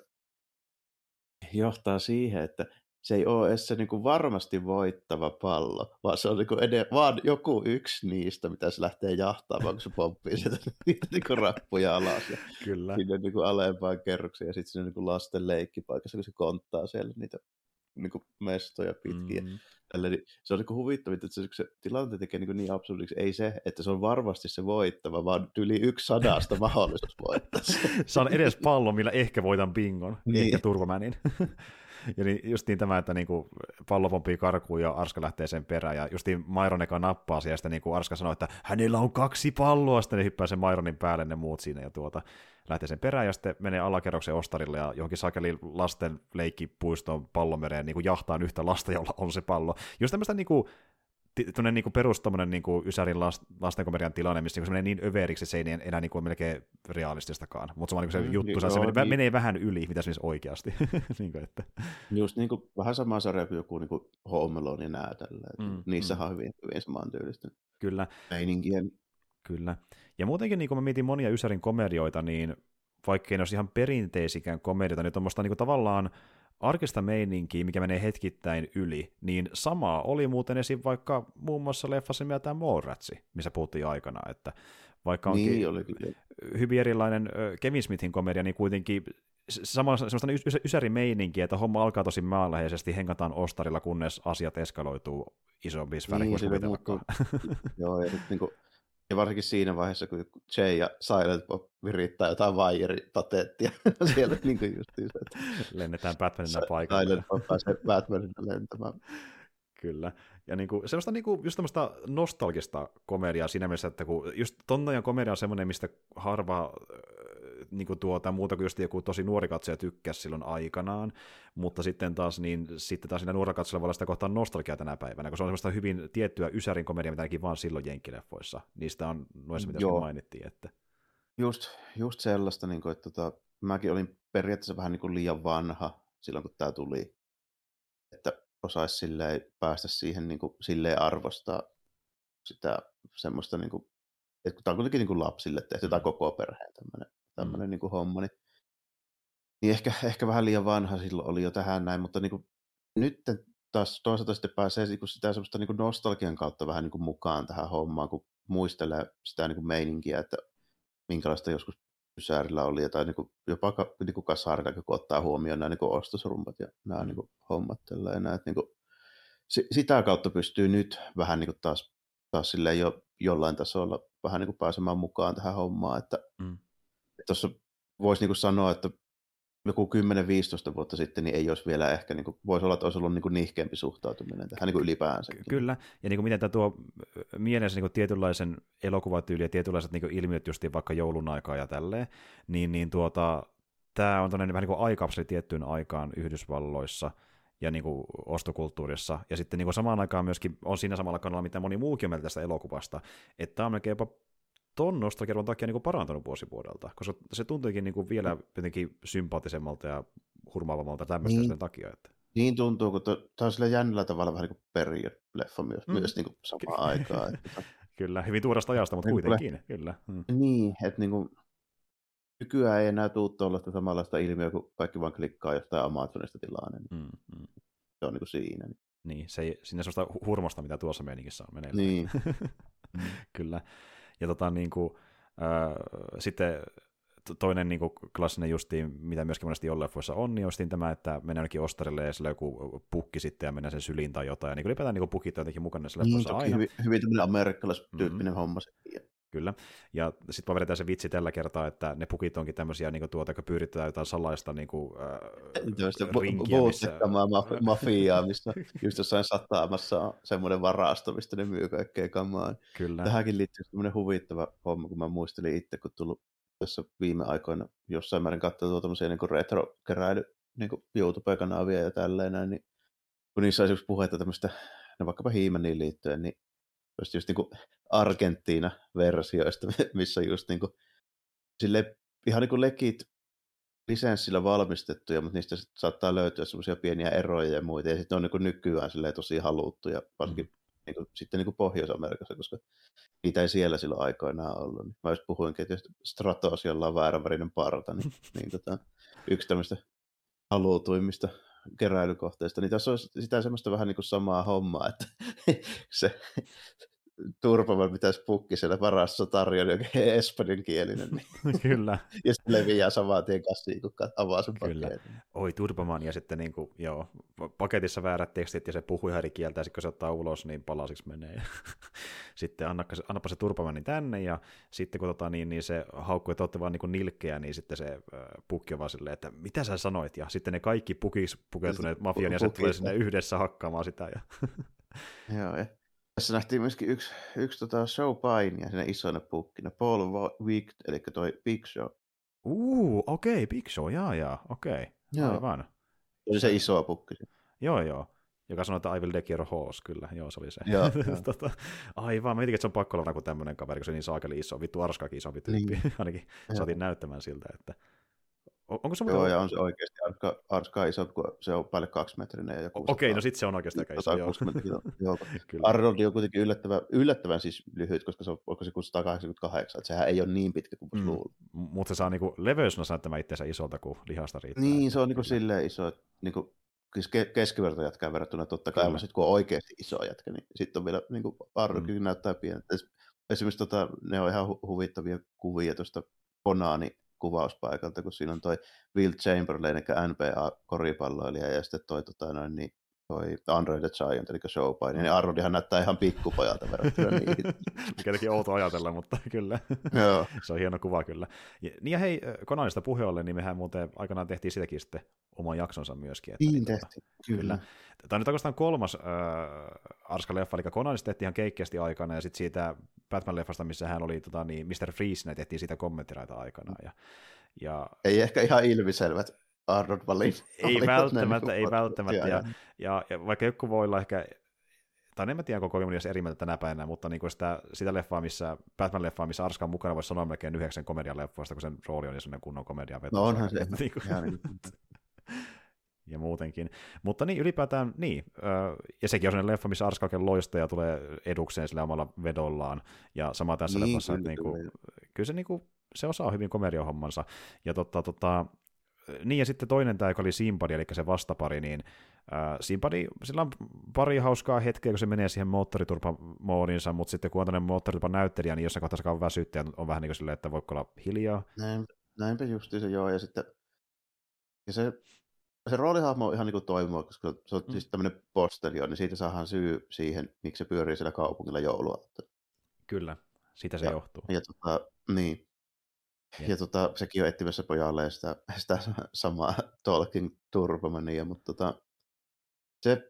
johtaa siihen, että se ei ole edes se niin kuin varmasti voittava pallo, vaan se on niin kuin ed- vaan joku yksi niistä, mitä se lähtee jahtaamaan, kun se pomppii sieltä niitä niin kuin rappuja alas ja Kyllä. sinne niin kuin alempaan kerroksiin ja sitten sinne niin kuin lasten leikkipaikassa, kun se konttaa siellä niitä niin kuin mestoja pitkiä. Mm. Tällä, niin se on niin huvittavaa, että se, se tilanne tekee niin, niin absurdiksi. Ei se, että se on varmasti se voittava, vaan yli yksi sadasta mahdollisuus voittaa. Se on edes pallo, millä ehkä voitan bingon, niin. Ehkä turvamänin. Ja niin, justiin tämä, että niinku pallo pomppii karkuun ja Arska lähtee sen perään, ja justiin Myron eka nappaa siellä, ja sitten niinku Arska sanoo, että hänellä on kaksi palloa, sitten ne hyppää sen Myronin päälle ne muut siinä, ja tuota, lähtee sen perään, ja sitten menee alakerroksen ostarille, ja johonkin sakeliin lasten leikkipuistoon pallomereen niinku jahtaan yhtä lasta, jolla on se pallo. Just tämmöistä niinku, tuonne niinku perus tommonen niinku Ysärin last, lastenkomedian tilanne, missä niinku se menee niin överiksi, että se ei enää niinku melkein realististakaan. Mutta niinku se mm, juttu, joo, se menee, niin. menee vähän yli, mitä se olisi oikeasti. niinku, että. Just niinku, vähän sama sarja kuin joku niinku Home Alone ja nää tällä. Mm, Niissähän mm. on hyvin, hyvin samaan tyylistä. Kyllä. Meininkiä. Kyllä. Ja muutenkin, niin kun mä mietin monia Ysärin komedioita, niin vaikkei ne olisi ihan perinteisikään komedioita, niin tuommoista niin tavallaan arkista meininkiä, mikä menee hetkittäin yli, niin sama oli muuten esim. Vaikka muun muassa leffassa nimeltään Mallratsi, missä puhuttiin aikana, että vaikka onkin niin, oli, hyvin erilainen Kevin Smithin komedia, niin kuitenkin samalla semmoista ys- ysärimeininkiä, että homma alkaa tosi maanläheisesti, hengataan ostarilla, kunnes asiat eskaloituu isompiin sfääriin niin, kuin kuvitellakaan. Joo, ja, sit, niinku, ja varsinkin siinä vaiheessa, kun Jay ja Silent Bob virittää jotain Wire-patettia siellä niinku justiinsa. Lennetään Batmanina paikalle. Silent Bob pääsee Batmanina lentämään. Kyllä. Ja niinku, semmoista niinku, just tämmöistä nostalgista komediaa siinä mielessä, että kun just ton ajan komedia on semmoinen, mistä harva niinku tuota, muuta kuin just joku tosi nuori katsoja tykkäsi silloin aikanaan, mutta sitten taas, niin, sitten taas siinä nuorella katsojalla voi olla sitä kohtaa nostalgiaa tänä päivänä, kun se on semmoista hyvin tiettyä ysärin komedia, mitä ainakin vaan silloin jenkkileffoissa. Niistä on noissa, mitä mainittiin. Että... Just, just sellaista, niin kuin, että tota, mäkin olin periaatteessa vähän niin kuin liian vanha silloin, kun tämä tuli, että osaisi silleen päästä siihen niin kuin, silleen arvostaa sitä semmoista, niin kuin, että kun tämä on kuitenkin niin kuin lapsille tehty, tai koko perheen tämmöinen, tämmöinen mm. niin kuin homma, niin, niin ehkä, ehkä vähän liian vanha silloin oli jo tähän näin, mutta niin kuin, nyt taas toisaalta sitten pääsee niin kuin sitä semmoista niin kuin nostalgian kautta vähän niin kuin mukaan tähän hommaan, kun muistelee sitä niin kuin meininkiä, että minkälaista joskus Ysäärillä oli, tai niin kuin, jopa niin kuin Kasarilla, kun ottaa huomioon nämä niin kuin ostosrumbat ja nämä mm. niin kuin hommat. Ja nämä, että, niin kuin, sitä kautta pystyy nyt vähän niin kuin taas, taas silleen jo jollain tasolla vähän niin kuin pääsemään mukaan tähän hommaan. Että, mm. että tuossa voisi niin kuin sanoa, että joku kymmenen viisitoista vuotta sitten niin ei olisi vielä ehkä, niin kuin, voisi olla, että olisi ollut niin kuin nihkeämpi suhtautuminen tähän niin kuin ylipäänsä. Kyllä, ja niin kuin miten tämä tuo mielessä niin kuin tietynlaisen elokuvatyyli ja tietynlaiset niin kuin ilmiöt justiin vaikka joulun aikaa ja tälleen, niin, niin tuota, tämä on tämmöinen vähän niin kuin aikapseli tiettyyn aikaan Yhdysvalloissa ja niin kuin ostokulttuurissa, ja sitten niin kuin samaan aikaan myöskin on siinä samalla kannalla, mitä moni muukin on meiltä tästä elokuvasta, että tämä on melkein jopa ton nostalgian takia niin kuin parantunut vuosivuodelta, koska se tuntuikin niin kuin vielä jotenkin sympaattisemmalta ja hurmaavammalta tämmöistä niin, takia. Että... Niin tuntuu, kun tämä on sillä jännällä tavalla vähän niin kuin period-leffa myös, mm. myös niin kuin samaan aikaan. Että... Kyllä, hyvin tuorasta ajasta, mutta niin, kuitenkin. Kyllä. Mm. Niin, että niin kuin, nykyään ei enää tule tuollaista samanlaista ilmiöä, kun kaikki vaan klikkaa jostain Amazonista tilaa. Niin mm, mm. Se on niin kuin siinä. Niin, niin se ei sinne sellaista hurmasta, mitä tuossa meininkissä on meneillään. Niin. Kyllä. Ja tota, niin kuin, äh, sitten toinen niin kuin klassinen justiin, mitä myöskin monesti jolleffoissa on, niin justiin tämä, että mennään jonnekin ostarille ja sillä joku pukki sitten ja mennään sen syliin tai jotain. Ja niin ylipäätään niin pukit on jotenkin mukana näissä leffoissa niin, aina. Hyvin, hyvin tämmöinen amerikkalaistyyppinen mm-hmm. homma sekin. Kyllä. Ja sitten vaan vedetään se vitsi tällä kertaa, että ne pukit onkin tämmöisiä, niin kuin tuota, jotka pyydetään jotain salaista niin kuin, äh, rinkiä, missä... mafiaa, missä just jossain sataamassa on semmoinen varasto, mistä ne myy kaikkea kamaa. Kyllä. Tähänkin liittyy semmoinen huvittava homma, kun mä muistelin itse, kun tullut tässä viime aikoina jossain määrin katsoa tuommoisia niin retro-keräily niin YouTube-kanavia ja tälleen näin, niin kun niissä olisi puhetta tämmöistä, no vaikkapa He-Maniin liittyen, niin just, just niin kuin Argentiina-versioista, missä just niin kuin, sille, ihan niin kuin legit lisenssillä valmistettuja, mutta niistä saattaa löytyä semmoisia pieniä eroja ja muita, ja sitten on niin kuin nykyään tosi haluttuja, varsinkin mm. niin kuin, sitten niin kuin Pohjois-Amerikassa, koska niitä ei siellä silloin aikoinaan ollut. Mä just puhuinkin, että jos Stratos, jolla on vääränvärinen parta, niin, niin tota, yksi tämmöistä halutuimmista keräilykohteista, niin tässä on sitä semmoista vähän niin kuin samaa hommaa, että se Turpaman pitäisi pukki siellä varastossa tarjolla jokin espanjankielinen. Niin. Kyllä. Ja sitten leviää samaan tien kassiin, kun avaa sen paketin. Oi Turpaman, ja sitten niin kuin, joo, paketissa väärät tekstit, ja se puhuu ihan eri kieltä, ja sitten kun se ottaa ulos, niin palasiksi menee. Sitten annapa se, annapa se Turpamanin tänne, ja sitten kun tota, niin, niin se haukkuu, että olette vaan niin nilkkeä, niin sitten se äh, pukki on vaan silleen, että mitä sä sanoit, ja sitten ne kaikki pukiksi pukeutuneet mafian, ja se tulee sinne yhdessä hakkaamaan sitä. Ja... Joo, ja tässä nähtiin myöskin yksi, yksi tota show-painia siinä isoina pukkina, Paul Wigged, eli toi Big Show. Uuu, okei, okay, Big Show, jaa, jaa, okei, okay. Joo. Aivan. Oli se iso pukki. Joo, joo, joka sanoi, että I will take your horse, kyllä, joo, se oli se. Joo, tota, aivan, mä mietin, että se on pakko olla kuin tämmöinen kaveri, kun se niin saakeli iso, vittu Arskaakin isompi tyyppi, niin. Ainakin joo. Saatiin näyttämään siltä, että... Onko se Joo, muuten... ja on se oikeasti Arska, Arska iso, kun se on paljon kaksimetrinen. Ja Okei, okay, no sitten se on oikeasti aika iso. Joo. Arnoldi on kuitenkin yllättävän, yllättävän siis lyhyt, koska se on, onko se sata kahdeksankymmentäkahdeksan, että sehän ei ole niin pitkä kuin mm. luulla. Mutta se saa niinku leveysnä näyttämään itseänsä isolta, kun lihasta riittää. Niin, se on niinku silleen iso, että niinku, keskiverto jätkään verrattuna totta kai, sit, kun on oikeasti iso jätkä, niin sitten on vielä, niinku, Arnoldi mm. näyttää pieneltä. Esimerkiksi tota, ne on ihan hu- huvittavia kuvia tuosta Konani kuvauspaikalta, kun siinä on toi Will Chamberlain, eli N B A-koripalloilija, ja sitten toi, tota, noin, niin, toi Andre the Giant, eli showpaini, niin Arnoldihan näyttää ihan pikkupojalta verrattuna niihin. Mikä teki outo ajatella, mutta kyllä. Se on hieno kuva kyllä. Ja, niin ja hei, Konamista puhe ollen, niin mehän muuten aikanaan tehtiin sitäkin sitten oman jaksonsa myöskin. Että, niin, niin tehtiin, kyllä. kyllä. Tämä on nyt oikeastaan kolmas äh, Arska-leffa, eli Konamista tehtiin ihan keikkeästi aikana, ja sitten siitä Batman-leffasta, missä hän oli tota, niin mister Freeze, tehtiin siitä kommenttiraita aikanaan. Ja, ja... Ei ehkä ihan ilmiselvät Arnold valinnat. Ei välttämättä, ei välttämättä. Ja, ja, ja vaikka joku voi olla ehkä, tai en mä tiedä, onko komediassa eri mieltä tänä päivänä, mutta niin sitä, sitä leffaa, missä, Batman-leffaa, missä Arska on mukana, voisi sanoa melkein yhdeksän komedian leffoista, kun sen rooli on sellainen kunnon komedian veto. No onhan se. Niin kuin, ja muutenkin. Mutta niin, ylipäätään, niin, ja sekin on sellainen leffa, missä Arska oikein loistaa ja tulee edukseen sillä omalla vedollaan, ja sama tässä niin, leffassa, kyllä, että niin kyllä se, niin kuin, se osaa hyvin komediahommansa, ja tota, tota, niin, ja sitten toinen tämä, joka oli Simpadi, eli se vastapari, niin äh, Simpadi, sillä on pari hauskaa hetkeä, kun se menee siihen moottoriturpamoodinsa, mutta sitten kun on tämmöinen moottoriturpanäyttelijä, niin jossain kohtaa se on väsyttä, ja on vähän niin kuin silleen, että voiko olla hiljaa. Näin, näinpä justiinsa joo, ja sitten ja se, se roolihahmo on ihan niin kuin toimiva, koska se on mm. siis tämmöinen postelio, niin siitä saadaan syy siihen, miksi se pyörii siellä kaupungilla joulua. Kyllä, siitä se ja, johtuu. Ja tota, niin. Yeah. Ja tota, sekin on etsimässä pojalle sitä, sitä samaa Talking Turbomania, mutta tota, se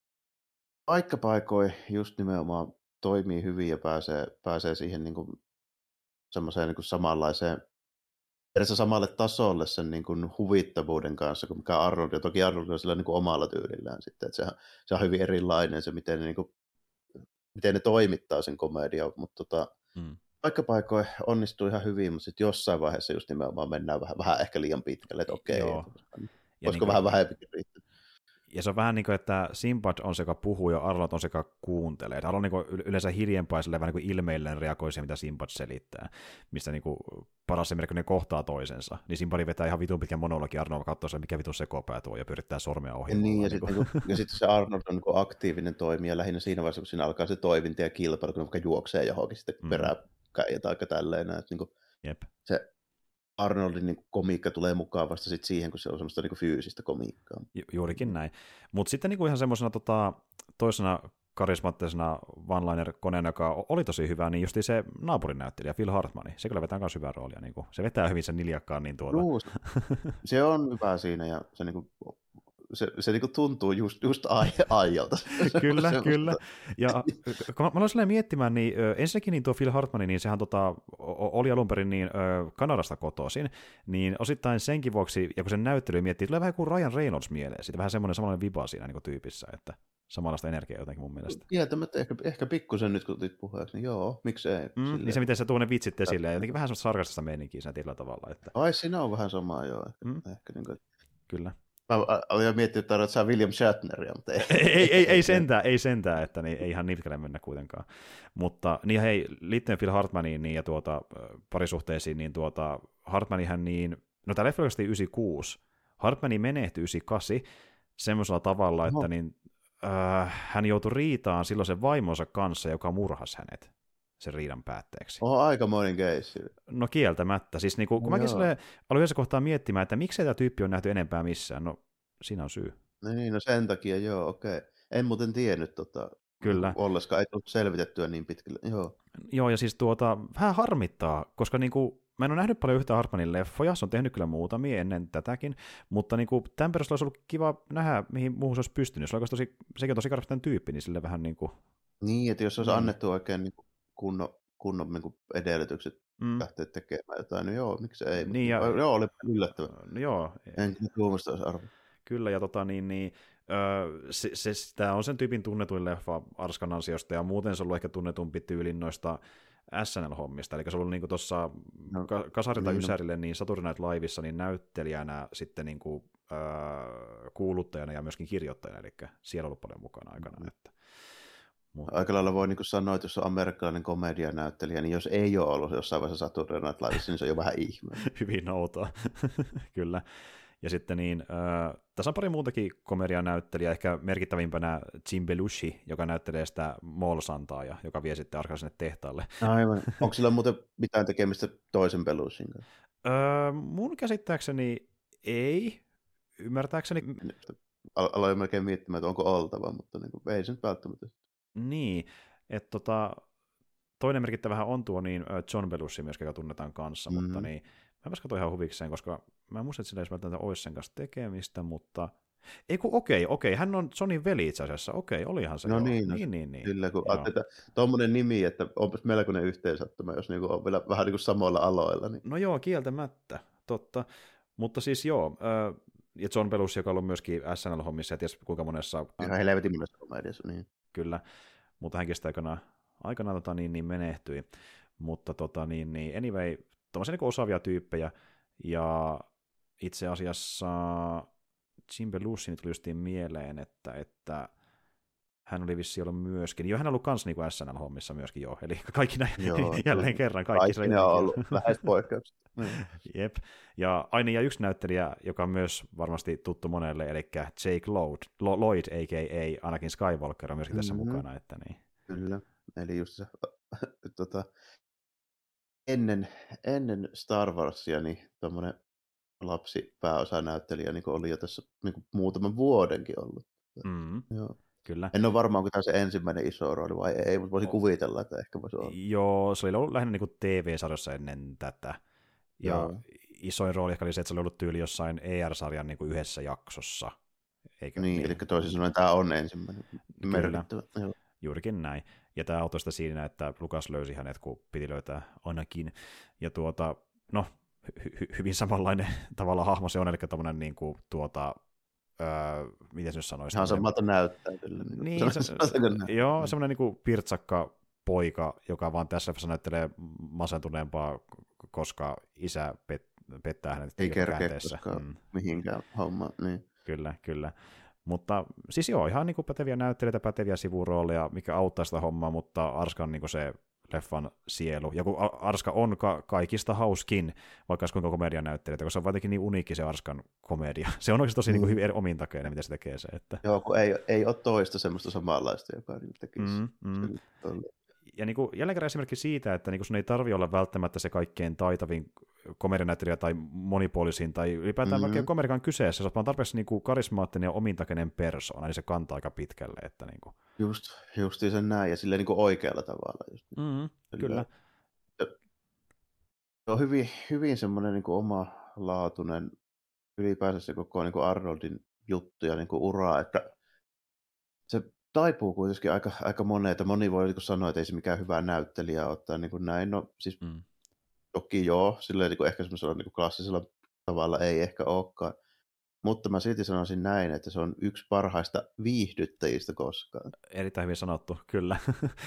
paikkapaikoi just nimenomaan toimii hyvin ja pääsee, pääsee siihen niin kuin semmoiseen niin kuin samanlaiseen, edes samalle tasolle sen niin kuin huvittavuuden kanssa, kuin mikä Arnold, ja toki Arnold on sillä niin kuin omalla tyylillään sitten, että se, se on hyvin erilainen se, miten ne, niin kuin, miten ne toimittaa sen komedian, mutta tota, mm. paikkapaikoin onnistuu ihan hyvin, mutta sitten jossain vaiheessa just nimenomaan mennään vähän, vähän ehkä liian pitkälle, että okei, okay, voisiko niin vähän vähempikin riittää. Ja se on vähän niin kuin, että Sinbad on se, joka puhuu, ja Arnold on se, joka kuuntelee. Arnold on niin yleensä hiljempaa ja vähän niin ilmeilleen reagoi siihen, mitä Sinbad selittää, mistä niin paras esimerkiksi, kun ne kohtaa toisensa. Niin Sinbad vetää ihan vitun pitkän monologi, Arnold katsoo sen, mikä vitun sekopää tuo, ja pyrittää sormea ohi. Ja, niin, ja sitten niin sit se Arnold on niin aktiivinen toimija lähinnä siinä vaiheessa, kun siinä alkaa se toivinta ja kilpailu, kun vaikka juoksee johonkin sitten mm. perään. Ja taikka tälleen, että niin Jep. se Arnoldin niin komiikka tulee mukaan vasta sit siihen, kun se on semmoista niin fyysistä komiikkaa. Ju- juurikin näin. Mutta sitten niin ihan semmoisena tota, toisena karismaattisena one-liner-koneena, joka oli tosi hyvä, niin justi se naapurinäyttelijä Phil Hartman, se kyllä vetää myös hyvää roolia. Niin se vetää hyvin sen niljakkaan. Niin tuota. Juu, se on hyvä siinä, ja se niin kuin Se, se niinku tuntuu just, just aijalta. Kyllä, kyllä. Ja kun mä aloin silleen miettimään, niin ensinnäkin niin tuo Phil Hartman, niin sehän tota, oli alun perin niin, Kanadasta kotoisin, niin osittain senkin vuoksi, ja kun sen näyttely miettii, tulee vähän kuin Ryan Reynolds mieleen, siitä vähän semmoinen samanlainen viba siinä niin tyypissä, että samanlaista energiaa jotenkin mun mielestä. Kieltämättä ehkä, ehkä pikkusen nyt, kun otit puheeksi, niin joo, miksei. Mm, niin se, miten se tuo ne vitsit esille, ja jotenkin vähän semmoista sarkastista meininkiä siinä tietyllä tavalla. Että... Ai, siinä on vähän samaa, joo. Ehkä, mm. ehkä niin kuin... Kyllä. Mä olin jo miettinyt, että tarvitset saa William Shatneria, mutta ei. ei, ei, ei sentään, ei sentään, että niin, ei ihan niin pitkälle mennä kuitenkaan. Mutta niin hei, liittyen Phil Hartmaniin niin, ja tuota, parisuhteisiin, niin tuota, Hartmanihän niin, no tämä leffa oli yhdeksänkymmentäkuusi, Hartmani menehtyi yhdeksänkymmentäkahdeksan semmoisella tavalla, että niin, äh, hän joutui riitaan silloin sen vaimonsa kanssa, joka murhasi hänet sen riidan päätteeksi. Oho, aikamoinen keissi. No kieltämättä. Siis niin kuin, kun no mäkin aloin yhdessä kohtaa miettimään, että miksei tämä tyyppi on nähty enempää missään, no siinä on syy. No niin, no sen takia, joo, okei. Okay. En muuten tiennyt tota, Kyllä. Olleskaan, ei tullut selvitettyä niin pitkälle, joo. Joo, ja siis tuota, vähän harmittaa, koska niin kuin, mä en ole nähnyt paljon yhtä Hartmanin leffoja, se on tehnyt kyllä muutamia ennen tätäkin, mutta niin kuin, tämän perusteella olisi ollut kiva nähdä, mihin muuhun se olisi pystynyt. Se on tosi, sekin on tosi karakterin tyyppi, niin sille vähän niin kuin... Niin, että jos olisi mm. annettu oikein niin kunnon, kunnon niin edellytykset mm. lähteä tekemään jotain, niin joo, miksi ei. Niin ja... Joo, oli yllättävää. No, joo. En tuomasta olisi arvo. Kyllä, ja tota niin, niin öö, se, se, tämä on sen tyypin tunnetuin leffa Arskan ansiosta, ja muuten se on ollut ehkä tunnetumpi tyylin noista S N L-hommista, eli se on ollut niin niin no, Kasarilta niin, Ysärille niin Saturday Night Livessa niin näyttelijänä, sitten niin kuin, öö, kuuluttajana ja myöskin kirjoittajana, eli siellä on ollut paljon mukana aikana. Mm. Että, mutta... Aika lailla voi niin sanoa, että jos on amerikkalainen komedianäyttelijä, niin jos ei ole ollut jossain vaiheessa Saturday Night Livessa, niin se on jo vähän ihme. Hyvin outoa, kyllä. Ja sitten niin, äh, tässä on pari muutakin komedianäyttelijää, ehkä merkittävimpänä Jim Belushi, joka näyttelee sitä Mall-Santaa, ja joka vie sitten Arkan sinne tehtaalle. Aivan. Onko sillä muuten mitään tekemistä toisen Belushin kanssa? Öö, mun käsittääkseni ei, ymmärtääkseni. Al- aloin melkein miettimään, että onko oltava, mutta niin kuin, ei se nyt välttämättä. Niin, että tota, toinen merkittävähän on tuo niin John Belushi myös, joka tunnetaan kanssa, mm-hmm. mutta niin, mä en katsoin ihan huvikseen, koska mä en muista, että sillä ei välttämättä olisi sen kanssa tekemistä, mutta ei kun okei, okei, hän on Sonyn veli itse asiassa, okei, olihan se no jo. niin, niin, niin, niin. Sillä, kun tuommoinen nimi, että onpas melkoinen yhteensattuma, jos niinku on vielä vähän niin kuin samoilla aloilla. Niin. No joo, kieltämättä, totta, mutta siis joo, äh, ja John Belushi, joka on ollut myöskin S N L-hommissa, ja ties kuinka monessa... Ihan helvetin monessa komediassa, niin. Kyllä, mutta hänkin sitä aikanaan, aikanaan tota, niin, niin menehtyi, mutta tota, niin, niin, anyway, tuollaisia niin osaavia tyyppejä, ja itse asiassa Jim Belushi tuli justiin mieleen, että, että hän oli vissiin ollut myöskin, joo, hän on ollut kans niin S N L-hommissa myöskin, joo, eli kaikki näin, joo, jälleen kerran. Kaikki, kaikki ne on ollut lähes poikkeukset. Jep, ja aina ja yksi näyttelijä, joka on myös varmasti tuttu monelle, eli Jake Lloyd, Lloyd a k a. Anakin Skywalker on myöskin mm-hmm. tässä mukana. Että niin. Kyllä, eli just se, tota, ennen, ennen Star Warsia niin tuommoinen lapsi pääosanäyttelijä niin oli jo tässä niin muutaman vuodenkin ollut. Mm, joo. Kyllä. En ole varma, onko tämä se ensimmäinen iso rooli vai ei, mutta voisin oh. kuvitella, että ehkä voisi olla. Joo, se oli ollut lähinnä niin kuin T V-sarjassa ennen tätä. Ja joo. Isoin rooli ehkä oli se, että se oli ollut tyyli jossain E R-sarjan niin kuin yhdessä jaksossa. Eikä niin, niin, eli toisin sanoen tämä on ensimmäinen. Kyllä, juurikin näin. Ja tämä auttoi sitä siinä, että Lukas löysi hänet, kun piti löytää ainakin. Ja tuota, no, hy- hyvin samanlainen tavalla hahmo se on, eli tämmöinen niin kuin, tuota, öö, miten se nyt sanoisi? Ihan samalta näyttää. Kyllä. Niin, se, joo, semmoinen niin kuin pirtsakka poika, joka vaan tässä näyttelee masentuneempaa, koska isä pet- pettää hänet. Ei kerkeä koskaan mm. mihinkään hommaan. Niin. Kyllä, kyllä. Mutta siis joo, ihan niin kuin päteviä näyttelijöitä, päteviä sivurooleja, mikä auttaa sitä hommaa, mutta Arska on niin kuin se leffan sielu. Ja kun Arska on ka- kaikista hauskin, vaikka olisi kuinka komedian näyttelijöitä, koska se on jotenkin niin uniikki se Arskan komedia. Se on oikeasti tosi mm. niin kuin hyvin omintakeinen, mitä se tekee se. Että... Joo, kun ei, ei ole toista semmoista samanlaista, joka tekisi. Mm, mm. Ja niin kuin, jälleen kerran esimerkki siitä, että niin kuin sun ei tarvitse olla välttämättä se kaikkein taitavin komedianäyttelijä tai monipuolisin tai ylipäätään mm-hmm. vaikka komedian kyseessä, jos on tarpeeksi niin kuin karismaattinen ja omintakeinen persoona, niin se kantaa aika pitkälle. Että niin kuin... Just, justiin sen näin, ja silleen niin kuin oikealla tavalla. Just. Mm-hmm, kyllä. Se on hyvin, hyvin semmoinen niin kuin omalaatuinen ylipäänsä se koko niin kuin Arnoldin juttu ja niin kuin ura, että se taipuu kuitenkin aika, aika moneen, että moni voi niin sanoa, että ei se mikään hyvä näyttelijä ottaa niin kuin näin. No siis mm. toki joo, silleen niin kuin ehkä semmoisella niin kuin klassisella tavalla ei ehkä olekaan. Mutta mä silti sanoisin näin, että se on yksi parhaista viihdyttäjistä koskaan. Erittäin hyvin sanottu, kyllä.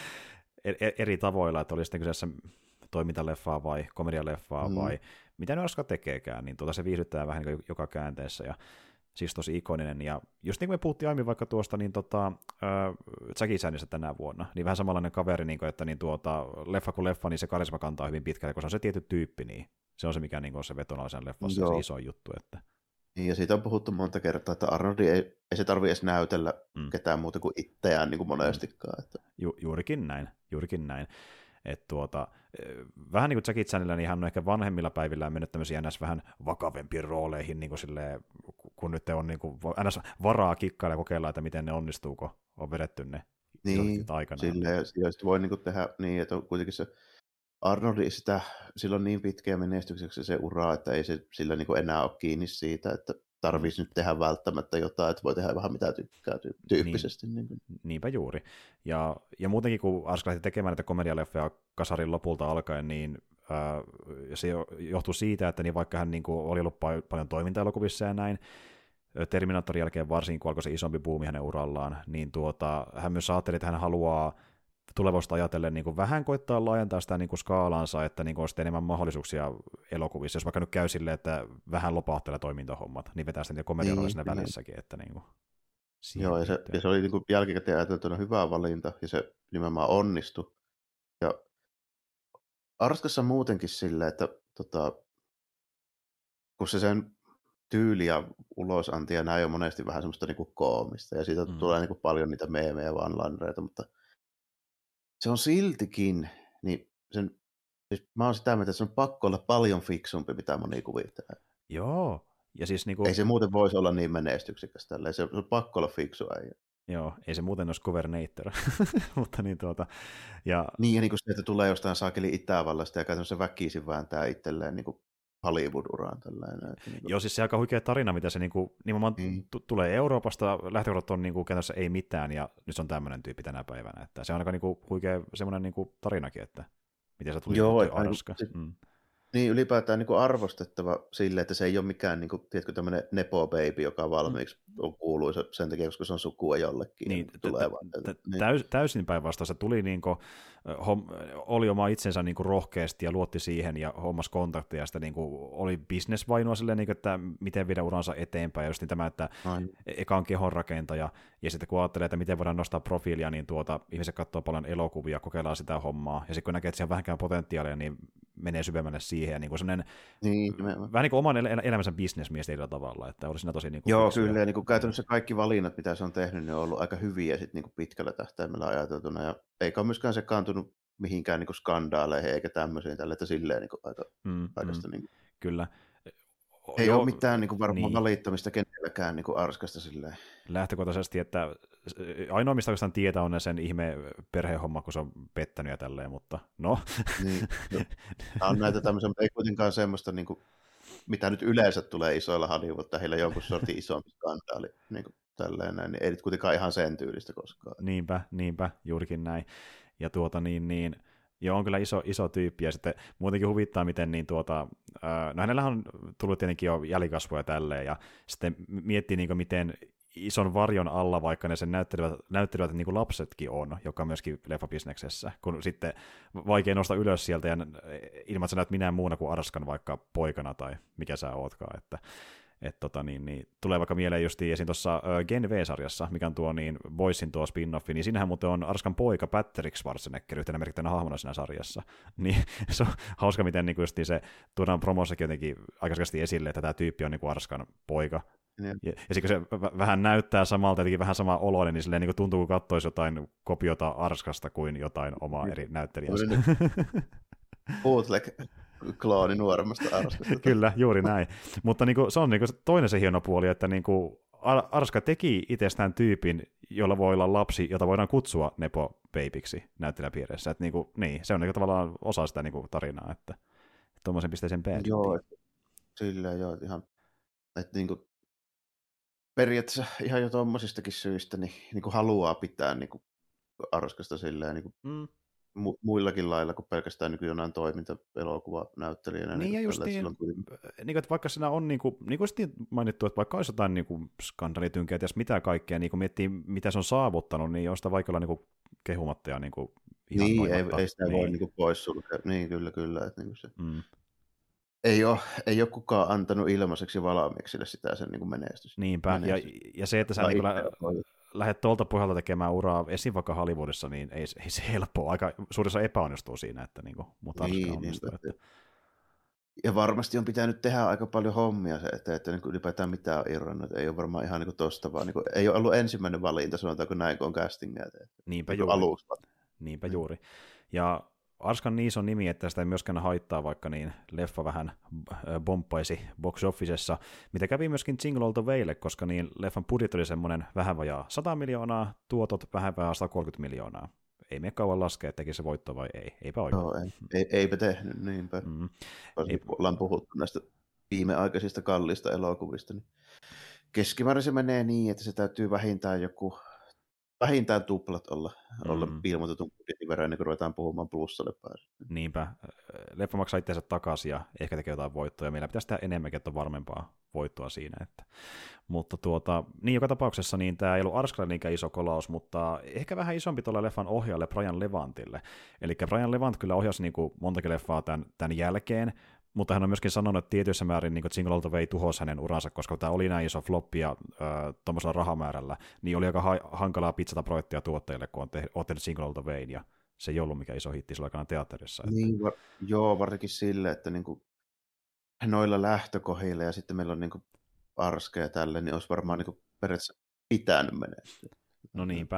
Eri tavoilla, että oli sitten kyseessä toimintaleffaa vai komedialeffaa mm. vai mitä ne Arska tekeekään, niin tuota se viihdyttää vähän niin joka käänteessä ja siis tosi ikoninen, ja just niin kuin me puhuttiin aiemmin vaikka tuosta niin tota, äh, Jackie Chanista tänä vuonna, niin vähän samanlainen kaveri, niin kuin, että niin tuota, leffa kuin leffa, niin se karisma kantaa hyvin pitkälle, koska se on se tietty tyyppi, niin se on se, mikä niin on se vetonalaisen leffassa se iso juttu. Että... Ja siitä on puhuttu monta kertaa, että Arnoldi ei, ei se tarvitse edes näytellä mm. ketään muuta kuin itseään niin kuin monestikaan. Että... Ju, juurikin näin, juurikin näin. Että tuota, vähän niin kuin Jackie Chanilla, niin hän on ehkä vanhemmilla päivillään mennyt tämmöisiä ns. Vähän vakavempiin rooleihin, niin kuin silleen, kun nyt on niin kuin ns. Varaa kikkailla ja kokeilla, että miten ne onnistuu, kun on vedetty ne niin, aikanaan. Silleen, ja sitten voi niin kuin tehdä niin, että on kuitenkin se Arnoldi, sitä, sillä on niin pitkä menestykseksi se ura, että ei se sillä niin kuin enää ole kiinni siitä, että tarvitsisi nyt tehdä välttämättä jotain, että voi tehdä vähän mitä tykkää tyyppisesti. Niin, niin. Niinpä juuri. Ja, ja muutenkin, kun Arska lähti tekemään näitä komedialeffeja kasarin lopulta alkaen, niin ää, se johtuu siitä, että niin vaikka hän niin kuin oli ollut pa- paljon toimintaelokuvissa ja näin, Terminatorin jälkeen varsinkin, kun alkoi se isompi buumi hänen urallaan, niin tuota, hän myös ajatteli, että hän haluaa tulevaisuutta ajatellen niin kuin vähän koittaa laajentaa sitä niin kuin skaalaansa, että niin kuin on sitten enemmän mahdollisuuksia elokuvissa. Jos vaikka nyt käy silleen, että vähän lopahtelee toimintahommat, niin vetää sitten komedialla niin, siinä välissäkin. Että niin kuin joo, ja se, ja se oli niin kuin jälkikäteen ajateltuna hyvä valinta, ja se nimenomaan onnistui. Ja Arskassa muutenkin silleen, että tota, kun se sen tyyli ja ulosanti ja näin on monesti vähän semmoista niin kuin koomista, ja siitä mm. tulee niin kuin paljon niitä meemejä ja one-linereita, mutta se on siltikin, niin sen Siis mä oon sitä mieltä, että se on pakko olla paljon fiksumpi, mitä moni kuvittelee. Joo. Ja siis niinku... Ei se muuten voisi olla niin menestyksekäs tälleen. Se on pakko olla fiksu äijä. Joo, ei se muuten olisi Governator. Mutta niin tuota... Ja... Niin, ja niin kuin se, että tulee jostain saakeli Itävallasta ja käytännössä väkisin vääntää itselleen niin kuin Hollywood-uraan tällainen. Että niin kuin... Joo, siis se aika huikea tarina, mitä se niin kuin, nimenomaan mm. t- tulee Euroopasta, lähtökohdat on niin kuin, käytännössä ei mitään, ja nyt se on tämmöinen tyyppi tänä päivänä. Että se on aika niin kuin, huikea semmoinen niin kuin, tarinakin, että miten se tuli Joo, että, Arska. Niin, mm. niin ylipäätään niin kuin arvostettava sille, että se ei ole mikään niin kuin, tiedätkö, tämmöinen nepo baby, joka valmiiksi on kuuluisa sen takia, koska se on sukua jollekin. Niin, tulee täysin päinvastoin. Se tuli niin kuin, oli oma itsensä niin kuin rohkeasti ja luotti siihen ja hommas kontakteja, ja sitä niin kuin, oli bisnesvainua silleen, niin kuin, että miten viedä uransa eteenpäin, ja just niin tämä, että Aina. eka on kehonrakentaja, ja sitten kun ajattelee, että miten voidaan nostaa profiilia, niin tuota, ihmiset katsoo paljon elokuvia, kokeillaan sitä hommaa, ja sitten kun näkee, että siellä on vähänkään potentiaalia, niin menee syvemmälle siihen, ja niin kuin sellainen, niin, vähän niin kuin oman el- elämänsä bisnesmies tietyllä tavalla, että oli siinä tosi niin kuin joo, fiksuja. Kyllä, ja niin kuin käytännössä kaikki valinnat, mitä se on tehnyt, ne on ollut aika hyviä sit niin kuin pitkällä tähtäimellä ajateltuna, ja eikä ole myöskään sekaantunut mihinkään niin kuin skandaaleihin eikä tämmöisiin, tällä, että silleen niin kuin aika, mm, aikaista. Mm, niin kuin. Kyllä. Ei Joo, ole mitään niin kuin varmaan niin. valittamista kenelläkään niin kuin Arskasta silleen. Lähtökohtaisesti, että ainoa mistä oikeastaan tietää on sen ihme perhehomma, kun se on pettänyt ja tälleen, mutta no. Niin, no. Tämä on näitä tämmöisen, ei kuitenkaan semmoista, niin kuin, mitä nyt yleensä tulee isoilla Hollywood-tähillä, jonkun sortin isompi skandaali, niin kuin tälleen näin, niin ei nyt kuitenkaan ihan sen tyylistä koskaan. Niinpä, niinpä, juurikin näin. Ja tuota niin, niin joo, on kyllä iso, iso tyyppi, ja sitten muutenkin huvittaa, miten niin tuota, no hänellä on tullut tietenkin jo jälkikasvoja tälleen, ja sitten miettii niin kuin, miten ison varjon alla, vaikka ne sen näyttelevät, näyttelevät niin kuin lapsetkin on, joka on myöskin leffabisneksessä, kun sitten vaikea nostaa ylös sieltä, ja ilman, että sä näet minään muuna kuin Arskan vaikka poikana, tai mikä sä ootkaan, että Et tota, niin, niin, tulee vaikka mieleen justiin esiin tuossa äh, Gen V-sarjassa, mikä on tuo niin, Boysin tuo spin-offi, niin siinähän muuten on Arskan poika Patrick Schwarzenegger yhtenä merkittävänä hahmona siinä sarjassa. Niin se on hauska, miten niin justiin se tuodaan promossakin jotenkin aikaisesti esille, että tämä tyyppi on niin kuin Arskan poika. Ja, ja, ja sitten kun se v- vähän näyttää samalta, jotenkin vähän sama oloinen, niin silleen niin kuin tuntuu, kun katsoisi jotain kopiota Arskasta kuin jotain omaa eri näyttelijänsä. Bootleg klooni nuoremmasta Arskasta. Kyllä, juuri näin. Mutta niin kuin, se on niin kuin toinen se hieno puoli, että niin kuin Arska teki itsestään tyypin, jolla voi olla lapsi, jota voidaan kutsua Nepo Babyksi näyttelijäpiirissä. Että niin kuin, niin, se on niin kuin tavallaan osa sitä niin kuin tarinaa, että tuommoisen pisteeseen päädyttiin. Joo, sillä joo, ihan, että niin kuin periaatteessa ihan jo tuommoisistakin syistä niin, niin kuin haluaa pitää niin kuin Arskasta silleen niin kuin mm. mu- muillakin lailla kuin pelkästään niin jonain toiminta-elokuvanäyttelijänä. Niin, niin ja just niin, niin, että vaikka siinä on, niin kuin, niin kuin mainittu, että vaikka olisi jotain niin kuin skandalitynkiä, ja mitä kaikkea, niin kuin miettii, mitä se on saavuttanut, niin on sitä vaikka olla niin kuin kehumatta ja niin kuin ihan niin, ei, ei sitä niin. voi niin kuin poissulkea. Niin, kyllä, kyllä. Että niin kuin se... mm. Ei ole, ei ole kukaan antanut ilmaiseksi valmiiksi sitä sen niin kuin menestys. Niinpä, menestys. Ja, ja se, että sä niin lä- lähdet tuolta pohjalta tekemään uraa esim. Vaikka Hollywoodissa, niin ei, ei se helppoa. Aika suurissa epäonnistuu siinä, että niin kuin, mutta niin, onnistuu. Niin, että... Ja varmasti on pitänyt tehdä aika paljon hommia se, että, että niin ylipäätään mitään on irronnut. Ei ole varmaan ihan niin tosta vaan. Niin kuin, ei ole ollut ensimmäinen valinta, sanotaanko näin, kun on castingia. Niinpä niin juuri. Aluksi. Niinpä mm. juuri. Ja Arskan niin iso nimi, että sitä ei myöskään haittaa, vaikka niin leffa vähän bomppaisi box officessa, mitä kävi myöskin Jingle All the Waylle, koska niin leffan budjetti oli semmoinen vähän vajaa sata miljoonaa, tuotot vähän vajaa sata kolmekymmentä miljoonaa. Ei mene kauan laskea, että teki se voitto vai ei. Eipä oikein. No, ei, ei, eipä tehnyt, niinpä. Mm. Ei... Kun ollaan puhuttu näistä viimeaikaisista kalliista elokuvista, niin keskimäärin se menee niin, että se täytyy vähintään joku vähintään tuplat olla, mm. olla ilmoitetun budjetin verran, ennen kuin ruvetaan puhumaan plussalle päästä. Niinpä. Leffa maksaa itseensä takaisin ja ehkä tekee jotain voittoja. Meillä pitäisi tehdä enemmänkin, että on varmempaa voittoa siinä. Että. Mutta tuota, niin joka tapauksessa niin tämä ei ollut Arskalle niinkään iso kolaus, mutta ehkä vähän isompi tuolle leffan ohjaajalle Brian Levantille. Eli Brian Levant kyllä ohjasi niin kuin montakin leffaa tämän, tämän jälkeen, mutta hän on myöskin sanonut, että tietyissä määrin niin Jingle All the Way tuhosi hänen uransa, koska tämä oli näin iso floppi ja äh, tuommoisella rahamäärällä, niin oli aika ha- hankalaa pizzata projektia tuottajille, kun on, te- on tehnyt Jingle All the Wayn, ja se ei ollut mikään iso hitti sillä aikana teatterissa. Että... Niin, va- joo, varsinkin sille, että niinku noilla lähtökohdilla ja sitten meillä on niinku Arska ja tälle, niin olisi varmaan niinku periaatteessa pitänyt menestyä. No niinpä.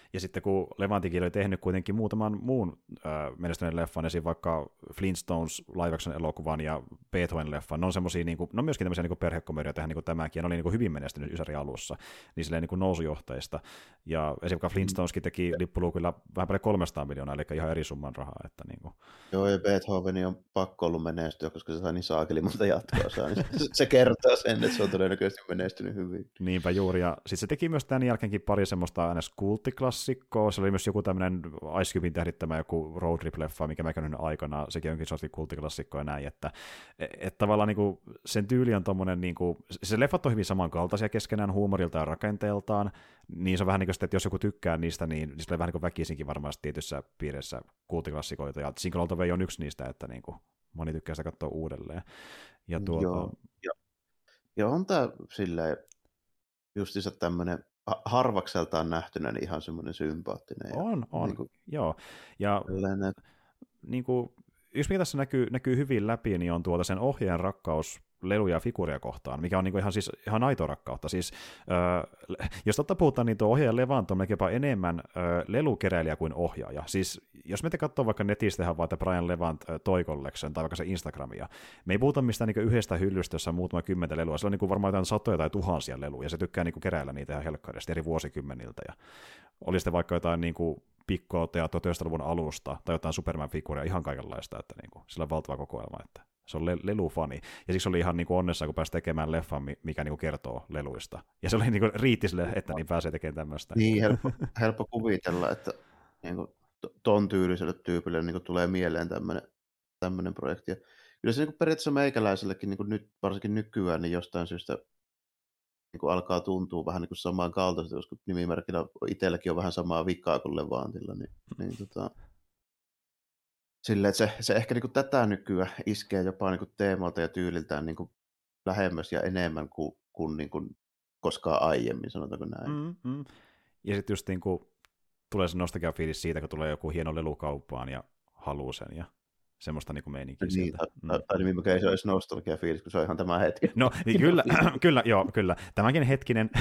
Ja sitten kun Levantikin oli tehnyt kuitenkin muutaman muun äh, menestyneen leffan, esim. Vaikka Flintstones live-action elokuvan ja Beethoven-leffan, ne on semmosia, niin kuin, ne on myöskin tämmöisiä niin perhekomedioita tehdä niin kuin tämäkin, ja ne oli niin kuin hyvin menestynyt Ysäri alussa, niin silleen niin kuin nousujohteista. Ja esimerkiksi Flintstoneskin teki lippuluukilla vähän paljon kolmesataa miljoonaa, eli ihan eri summan rahaa. Että niin kuin. Joo, ja Beethoveni on pakko ollut menestyä, koska se sai niin saakeli monta jatkoa saa, niin se kertoo sen, että se on todennäköisesti menestynyt hyvin. Niinpä juuri, ja sitten se teki myös tämän jälkeenkin pari semmoista ns. Kulttiklassikkoa, se oli myös joku tämmöinen Ice Cubein tähdittämä joku road trip-leffa, mikä mä käyn aikana, sekin onkin sellaista kulttiklassikkoa ja näin, että et tavallaan niinku, sen tyyli on tommonen, niinku, se leffat on hyvin samankaltaisia keskenään huumorilta ja rakenteeltaan, niin se on vähän niin kuin sitä, että jos joku tykkää niistä, niin, niin se on vähän niin kuin väkisinkin varmaan tietyssä piirissä kulttiklassikoita, ja Single All The Way on yksi niistä, että niinku, moni tykkää sitä katsoa uudelleen. Ja tuota... Joo, ja, ja on tämä silleen, justiinsa tämmöinen harvakseltaan nähtynä niin ihan semmoinen sympaattinen. On, on, niin kuin, joo. Ja tällainen... niin kuin, yksi mikä tässä näkyy, näkyy hyvin läpi, niin on tuota sen ohjaajan rakkaus leluja ja figuuria kohtaan, mikä on niin kuin ihan, siis, ihan aito rakkautta. Siis, äh, jos totta puhutaan, niin tuo ohjaaja Levant on melkein jopa enemmän äh, lelukeräilijä kuin ohjaaja. Siis, jos me te katsoo vaikka netistä ihan vaan, että Brian Levant äh, Toy Collection tai vaikka se Instagramia, me ei puhuta mistään niin yhdestä hyllystä, jossa on muutama kymmentä lelua. Se on niin kuin varmaan jotain satoja tai tuhansia leluja, ja se tykkää niin kuin keräillä niitä ihan helkkarisesti eri vuosikymmeniltä. Ja oli sitten vaikka jotain niin kuin pikkooteja tuhatyhdeksänsataaluvun alusta tai jotain Superman-figuuria, ihan kaikenlaista, että niin kuin, sillä on valtava kokoelma, että se on le- lelufani. Ja siksi oli ihan niin kuin onnessa, kun pääsi tekemään leffan, mikä niin kuin kertoo leluista. Ja se oli niin kuin riitti sille, että niin pääsee tekemään tämmöistä. Niin, helppo, helppo kuvitella, että niin kuin ton tyyliselle tyypille niin kuin tulee mieleen tämmöinen, tämmöinen projekti. Ja kyllä se niin kuin periaatteessa meikäläisellekin niin kuin nyt, varsinkin nykyään, niin jostain syystä niin kuin alkaa tuntua vähän niin kuin samankaltaisesti, koska nimimerkillä itselläkin on vähän samaa vikaa kuin Levantilla. Niin, niin tota, silleen, että se, se ehkä niin kuin tätä nykyään iskee jopa niin kuin teemalta ja tyyliltään niin kuin lähemmäs ja enemmän kuin, kuin, niin kuin koskaan aiemmin, sanotaanko näin. Mm-hmm. Ja sitten just niin kuin tulee se nostalgia-fiilis siitä, kun tulee joku hieno lelu kauppaan ja haluu sen ja semmoista niin kuin meininkiä niin, sieltä. Tai, tai niin, mikä ei se olisi nostalgia-fiilis, kun se on ihan tämä hetki. No niin kyllä, kyllä, joo, kyllä. Tämäkin hetkinen,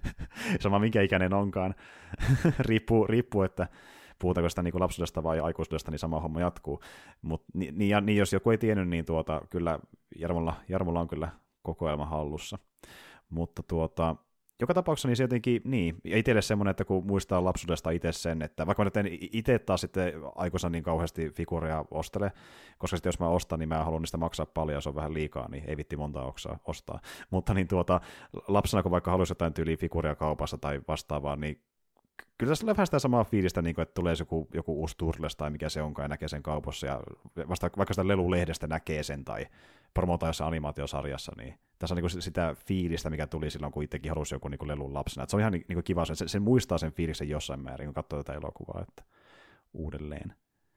sama minkä ikäinen onkaan, riippuu, riippuu, että puhutaanko sitä niin kuin lapsuudesta vai aikuisuudesta, niin sama homma jatkuu. Mut, niin, ja, niin jos joku ei tiennyt, niin tuota, kyllä Jarmolla, Jarmolla on kyllä kokoelma hallussa. Mutta tuota, joka tapauksessa niin se jotenkin, niin, ja itselle semmoinen, että kun muistaa lapsuudesta itse sen, että vaikka mä nyt en itse taas sitten aikuisena niin kauheasti figuureja ostele, koska sitten jos mä ostan, niin mä haluan niistä maksaa paljon, ja se on vähän liikaa, niin ei vitti monta oksaa ostaa. Mutta niin tuota, lapsena kun vaikka haluaisi jotain tyyliä figuuria kaupassa tai vastaavaa, niin kyllä tässä tulee vähän sitä samaa fiilistä, niin kuin, että tulee joku, joku uusi Turles tai mikä se onkaan ja näkee sen kaupassa, ja vasta, vaikka sitä lelulehdestä näkee sen tai promotaan jossain animaatiosarjassa, niin tässä on niin kuin sitä fiilistä, mikä tuli silloin, kun itsekin halusi joku niin kuin lelun lapsena. Että se on ihan niin kuin kiva, sen, sen muistaa sen fiiliksen jossain määrin, kun katsoo tätä elokuvaa että uudelleen.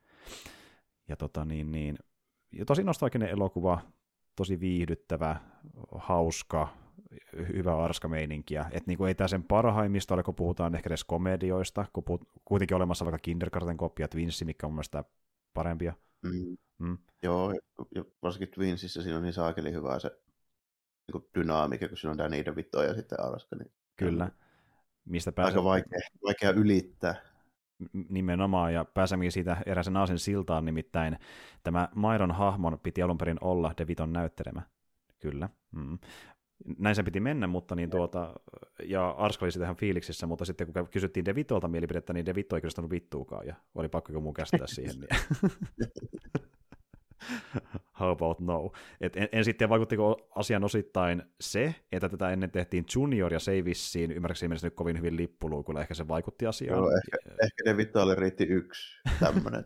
Ja tota niin, niin ja tosi nostalginen elokuva, tosi viihdyttävä, hauska, hyvä arska meininkiä, että niinku ei tämä sen parhaimmista ole, kun puhutaan ehkä edes komedioista, kun puhut, kuitenkin olemassa vaikka Kindergarten-Cop ja Twinsi, mikä on mun mielestä parempia. Mm. Mm. Joo, ja varsinkin Twinsissä siinä on niin saakeli hyvä se niin dynaamikka, kun siinä on Danny DeVito ja sitten arska. Niin kyllä. Mistä pääsee... Aika vaikea, vaikea ylittää. Nimenomaan, ja pääsemmekin siitä eräisen aasin siltaan, nimittäin tämä Myron hahmon piti alun perin olla DeViton näyttelemä. Kyllä. Mm. Näin se piti mennä, mutta niin tuota, ja Arska oli sitä ihan fiiliksissä, mutta sitten kun kysyttiin DeVitolta mielipidettä, niin DeVito ei kyllä sanonut vittuukaan, ja oli pakko joku muu käsittää siihen. Niin. How about no? Et en, en sitten vaikuttiko asian osittain se, että tätä ennen tehtiin Junior, ja se ei vissiin, ymmärräkseni menisi nyt kovin hyvin lippuluikulla, ehkä se vaikutti asiaan. Joo, ehkä, ehkä DeVitolle riitti yksi tämmöinen.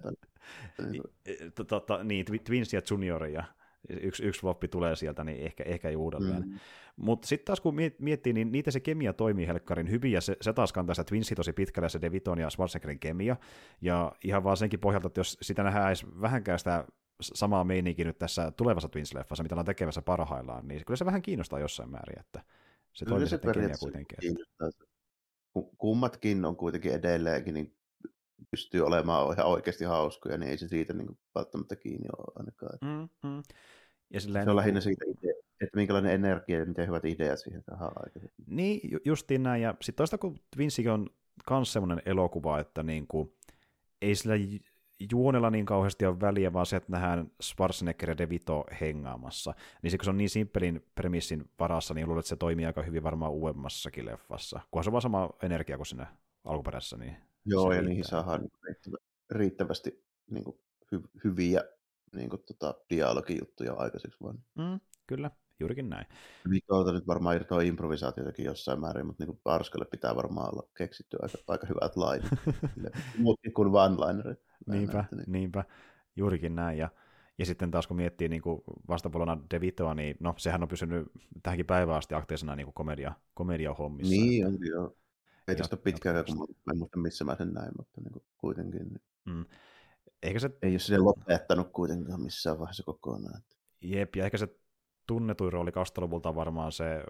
Niin, Twins ja Junior, ja yksi, yksi floppi tulee sieltä, niin ehkä, ehkä ei uudelleen. Mm. Mutta sitten taas kun miettii, niin niitä se kemia toimii helkkarin hyvin, ja se, se taas kantaa sitä Twinsia tosi pitkälle, se DeViton ja Schwarzeneggerin kemia, ja ihan vaan senkin pohjalta, että jos sitä nähdään edes vähänkään sitä samaa meininkiä nyt tässä tulevassa Twins-leffassa, mitä ollaan tekemässä parhaillaan, niin kyllä se vähän kiinnostaa jossain määrin, että se kyllä toimii se sitten kemia kuitenkin. Kummatkin on kuitenkin edelleenkin, niin pystyy olemaan ihan oikeasti hauskoja, niin ei se siitä niin välttämättä kiinni ole ainakaan. Mm, mm. Ja se on niin lähinnä siitä, että minkälainen energia ja miten hyvät ideat siihen tähän aikaan. Niin, ju- justiin näin. Ja sitten toista, kun Twinsikin on myös semmoinen elokuva, että niin kuin, ei sillä juonella niin kauheasti ole väliä, vaan se, että nähdään Schwarzenegger ja De Vito hengaamassa. Niin se, kun se on niin simppelin premissin varassa, niin luulen, että se toimii aika hyvin varmaan uudemmassakin leffassa. Kunhan se on vaan sama energia kuin siinä alkuperässä. Niin joo, ja niihin saadaan riittävästi niin kuin, hy- hyviä niin kuin, tota, dialogijuttuja aikaiseksi vaan. Mm, kyllä, juurikin näin. Vitolta nyt varmaan irtoaa improvisaatiotakin jossain määrin, mutta niin Arskalle pitää varmaan olla keksitty aika, aika hyvät lainit. Muutkin kuin one-linerit. Niinpä, niin. niinpä, juurikin näin. Ja, ja sitten taas kun miettii niin kuin vastapuolena De Vitoa, niin no, sehän on pysynyt tähänkin päivään asti aktiivisena niin kuin komedia, komedia-hommissa. Niin, on joo. Ei tästä ole pitkään, kun mä en muista missä mä sen näin, mutta niin kuin kuitenkin. Niin. Mm. Eikä se... Ei ole sinne lopettanut kuitenkaan missään vaiheessa kokonaan. Jep, ja ehkä se tunnetuin rooli kasteluvulta varmaan se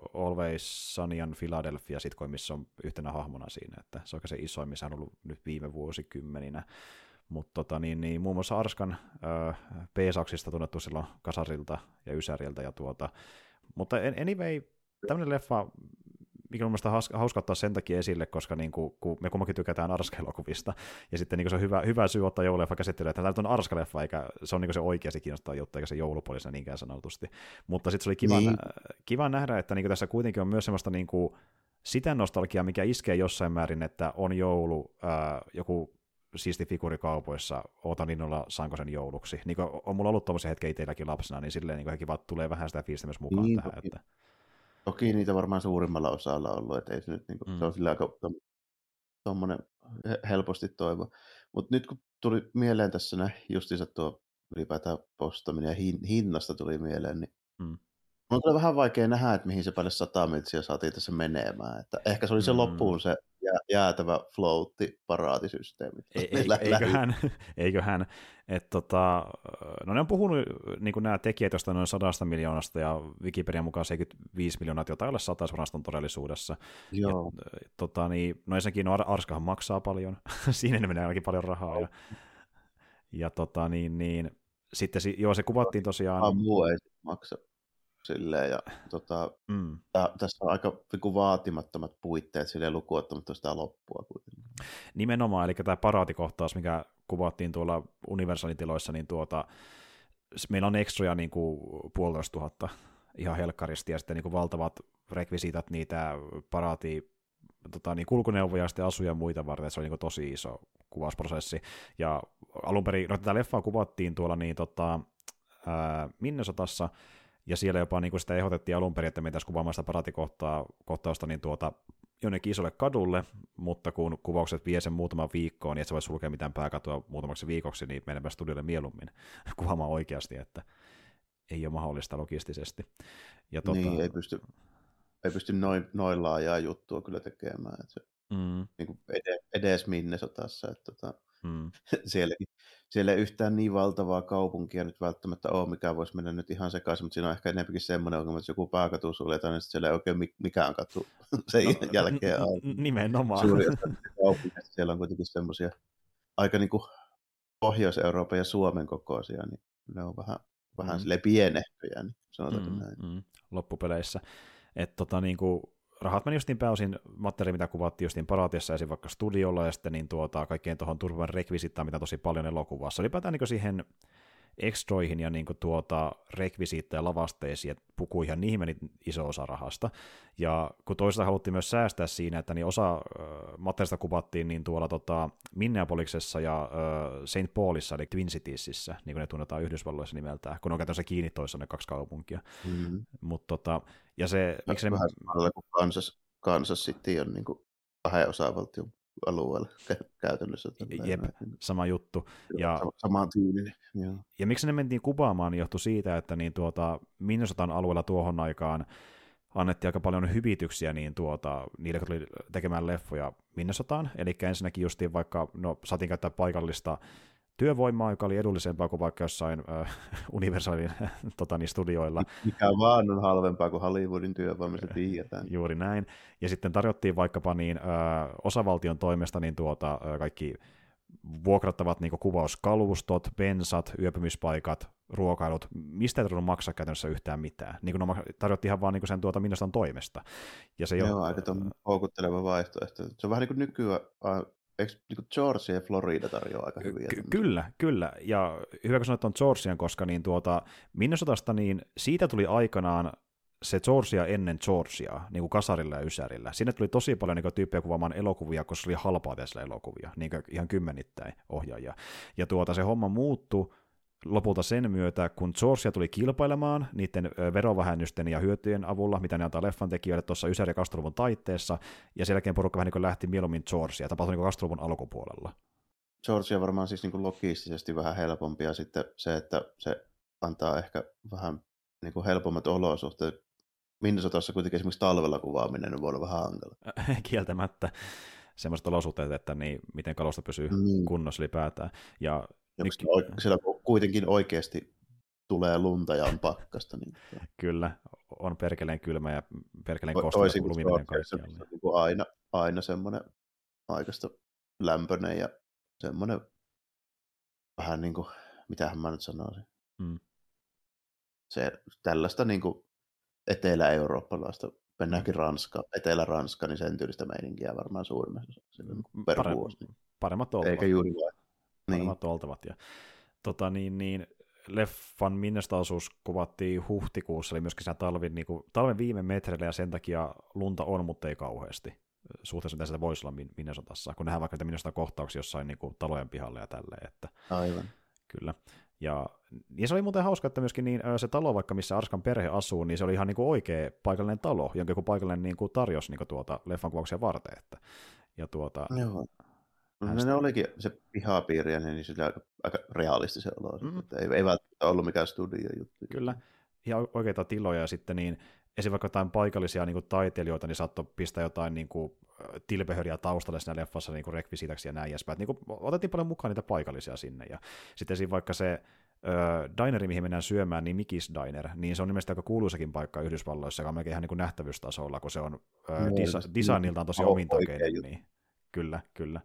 Always Sunny in Philadelphia sitcoin, missä on yhtenä hahmona siinä, että se on se isoin, missä on ollut nyt viime vuosikymmeninä. Mutta tota, niin, niin, muun muassa Arskan äh, peesauksista tunnettu silloin Kasarilta ja Ysäriltä. Ja tuota. Mutta anyway, tämmöinen leffa, mikä on mielestäni hauska, hauska ottaa sen takia esille, koska niin kuin, kun me kummankin tykätään Arska-elokuvista, ja sitten niin se on hyvä, hyvä syy ottaa joululeffa käsittelyyn, että tämä on Arska-leffa, eikä se on niin se oikeasti kiinnostava juttu, eikä se joulupuolisena niinkään sanotusti. Mutta sitten se oli kiva, niin. kiva nähdä, että niin tässä kuitenkin on myös semmoista niin kuin sitä nostalgiaa, mikä iskee jossain määrin, että on joulu, ää, joku siisti figuuri kaupoissa, ootan innolla, saanko sen jouluksi. Niin on mulla ollut tuommoisia hetkiä itselläkin lapsena, niin silleen niin kiva, tulee vähän sitä fiilistä myös mukaan niin, tähän. toki. Että... toki niitä varmaan suurimmalla osalla ollut, että ei se nyt, niin kuin, mm. se on sillä aika tuommoinen helposti toivo. Mutta nyt kun tuli mieleen tässä näin, justiinsa tuo ylipäätään postaminen ja hin, hinnasta tuli mieleen, niin mm. on kyllä vähän vaikea nähdä, että mihin se päälle sata miltsiä saatiin tässä menemään. Että ehkä se oli se mm. loppuun se jäätävä floatti paraatisysteemi. Eiköhän, eiköhän. Et tota, no ne on puhunut niin nämä tekijät jostain noin sadasta miljoonasta ja Wikipedian mukaan seitsemänkymmentäviisi miljoonaa, jota ei ole sataisvaraston todellisuudessa. Joo. Ja, tota, niin, no ensinnäkin no Arskahan maksaa paljon, siinä ne menee ainakin paljon rahaa. Ja, ja tota, niin, niin, sitten joo, se kuvattiin tosiaan. Ah, muu ei maksa. Silleen, ja tota, mm. tää, tässä on aika vaatimattomat puitteet silleen lukuottamatta sitä loppua kuitenkin. Nimenomaan, eli tämä paraatikohtaus, mikä kuvattiin tuolla Universalin tiloissa, niin tuota, meillä on extroja niin kuin puolitoista tuhatta ihan helkkaristi, ja sitten niin kuin valtavat rekvisiitat niitä paraatia tota, niin kulkuneuvoja, sitten asuja ja muita varten, se on niin kuin tosi iso kuvausprosessi, ja alun perin, no tätä leffaa kuvattiin tuolla niin tota, ää, Minnesotassa, ja siellä jopa niin kuin sitä ehdotettiin alun perin, että mentäisiin kuvaamaan sitä paraatikohtausta niin tuota, jonnekin isolle kadulle, mutta kun kuvaukset vie sen muutaman viikkoon, niin et sä voi sulkea mitään pääkatua muutamaksi viikoksi, niin mennäänpä studiolle mieluummin kuvaamaan oikeasti, että ei ole mahdollista logistisesti. Ja tuota... Niin, ei pysty, ei pysty noin, noin laajaa juttua kyllä tekemään. Että se, mm. niin kuin edes, edes Minnesotassa, että tota, mm. sielläkin. Siellä ei yhtään niin valtavaa kaupunkia nyt välttämättä ole, mikä voisi mennä nyt ihan sekaisin, mutta siinä on ehkä enemmänkin semmoinen ongelma, että joku pääkatu suljetaan, niin siellä ei oikein mikään katu sen no, jälkeen auki. Nimenomaan. Suuri osa kaupungeista siellä on kuitenkin semmoisia aika niin kuin Pohjois-Euroopan ja Suomen kokoisia, niin ne on vähän, vähän mm. silleen pienehköjä, niin sanotaan mm, näin. Mm. Loppupeleissä. Että tota niin kuin rahat meni justiin pääosin materiaali, mitä kuvattiin justiin Paraatiassa esim. Vaikka studiolla ja sitten niin tuota, kaikkeen tuohon turvan rekvisittaan, mitä tosi paljon elokuvassa. Ylipäätään niin siihen extroihin ja niin tuota, rekvisiittaan ja lavasteisiin ja pukuihin, ja niihin meni iso osa rahasta. Ja kun toisaalta haluttiin myös säästää siinä, että niin osa äh, materiaalista kuvattiin niin tuolla tota, Minneapolisessa ja äh, Saint Paulissa, eli Twin Citiesissä, niin kuin ne tunnetaan Yhdysvalloissa nimeltään, kun on käytännössä kiinni toissa ne kaksi kaupunkia. Mm-hmm. Mut, tota, ja se, miksi ne... Vähän samalla kuin Kansas, Kansas City on niin kuin kahden osavaltion alueella käytännössä. Jep, sama juttu. Ja, sama tyylinen. Ja. ja miksi ne mentiin kuvaamaan, niin johtui siitä, että niin tuota, Minnesotan alueella tuohon aikaan annettiin aika paljon hyvityksiä niin tuota, niille, jotka tuli tekemään leffoja Minnesotaan. Eli ensinnäkin justiin vaikka, no saatiin käyttää paikallista työvoimaa, joka oli edullisempaa kuin vaikka jossain äh, Universalin tota, niin studioilla. Mikä vaan on halvempaa kuin Hollywoodin työvoima, se tiedetään. Juuri näin. Ja sitten tarjottiin vaikkapa niin, äh, osavaltion toimesta niin tuota, äh, kaikki vuokrattavat niin kuin kuvauskalustot, bensat, yöpymispaikat, ruokailut, mistä ei tarvinnut maksaa käytännössä yhtään mitään. Niin kuin ne tarjotti ihan vaan niin kuin sen tuota Minnesotan toimesta. Ja se Joo, jo... aika tuon houkutteleva vaihtoehto. Se on vähän niin kuin nykyään, eikö niin kuin Georgia ja Florida tarjoaa aika hyviä? Ky- kyllä, kyllä. Ja hyvä, kun sanoit tuon Georgian, koska niin tuota, Minnesotasta niin siitä tuli aikanaan se Georgia ennen Georgiaa, niin kuin kasarilla ja ysärillä. Sinne tuli tosi paljon niin kuin, tyyppejä kuvaamaan elokuvia, koska se oli halpaa tehdä elokuvia, niin kuin, ihan kymmenittäin ohjaajia. Ja tuota, se homma muuttui lopulta sen myötä, kun Georgia tuli kilpailemaan niiden verovähennysten ja hyötyjen avulla, mitä ne antaa leffan tekijöille tuossa ysäri- ja kaksikymmentäluvun taitteessa, ja sen jälkeen porukka vähän niin lähti mieluummin Georgia, tapahtui niin kaksikymmentäluvun alkupuolella. Georgia varmaan siis niin kuin logistisesti vähän helpompi, ja sitten se, että se antaa ehkä vähän niin kuin helpommat olosuhteet. Minnesotassa kuitenkin esimerkiksi talvella kuvaaminen on voinut vähän hankala. Kieltämättä semmoiset olosuhteet, että niin, miten kalusto pysyy niin. kunnossa ylipäätään. Ja Ja nyt... siellä kuitenkin oikeasti tulee lunta ja on pakkasta. Niin... Kyllä, on perkeleen kylmä ja perkeleen kosteus toisin luminen kaikkialle. Niin aina, aina semmoinen aikaista lämpöinen ja semmoinen vähän niin kuin, mitähän mä nyt sanoisin. Hmm. Se, tällaista niin kuin etelä-eurooppalaista, mennäänkin Ranska, Etelä-Ranska, niin sen tyylistä meininkiä varmaan suurimmassa per Pare- vuosi. Paremmat oltavat. Eikä juuri vain. Paremmat niin. oltavat. Ja, tota, niin, niin, leffan Minnesota-osuus kuvattiin huhtikuussa, eli myöskin talvin, niin kuin, talven viime metreillä, ja sen takia lunta on, mutta ei kauheasti. Suhteessa mitä sitä voisi olla Minnesotassa, kun nähdään vaikka niitä Minnesota-kohtauksia jossain niin kuin, talojen pihalle ja tälleen. Että, aivan. Kyllä. Ja, ja se oli muuten hauska, että myöskin niin, se talo, vaikka missä Arskan perhe asuu, niin se oli ihan niin kuin oikea paikallinen talo, jonka joku paikallinen niin kuin tarjosi niin kuin tuota, leffan kuvauksia varten. Että, ja tuota, Joo. No, ne olikin se pihapiiri, niin se oli aika, aika realistisen olo. Mm. Ei, ei välttämättä ollut mikään studio-juttu. Kyllä. Ihan oikeita tiloja, ja sitten niin, esimerkiksi vaikka jotain paikallisia niin kuin taiteilijoita, niin saattoi pistää jotain niin kuin, tilpehöriä taustalle siinä leffassa niin kuin rekvisiitaksi ja näin edespäin. Niin kuin, otettiin paljon mukaan niitä paikallisia sinne. Ja sitten siinä vaikka se ö, dineri, mihin mennään syömään, niin Mickey's Diner, niin se on nimesti aika kuuluisakin paikka Yhdysvalloissa, joka on melkein ihan niin kuin nähtävyystasolla, kun se on ö, no, disa- designiltaan tosi omintakeinen. Niin, kyllä, kyllä.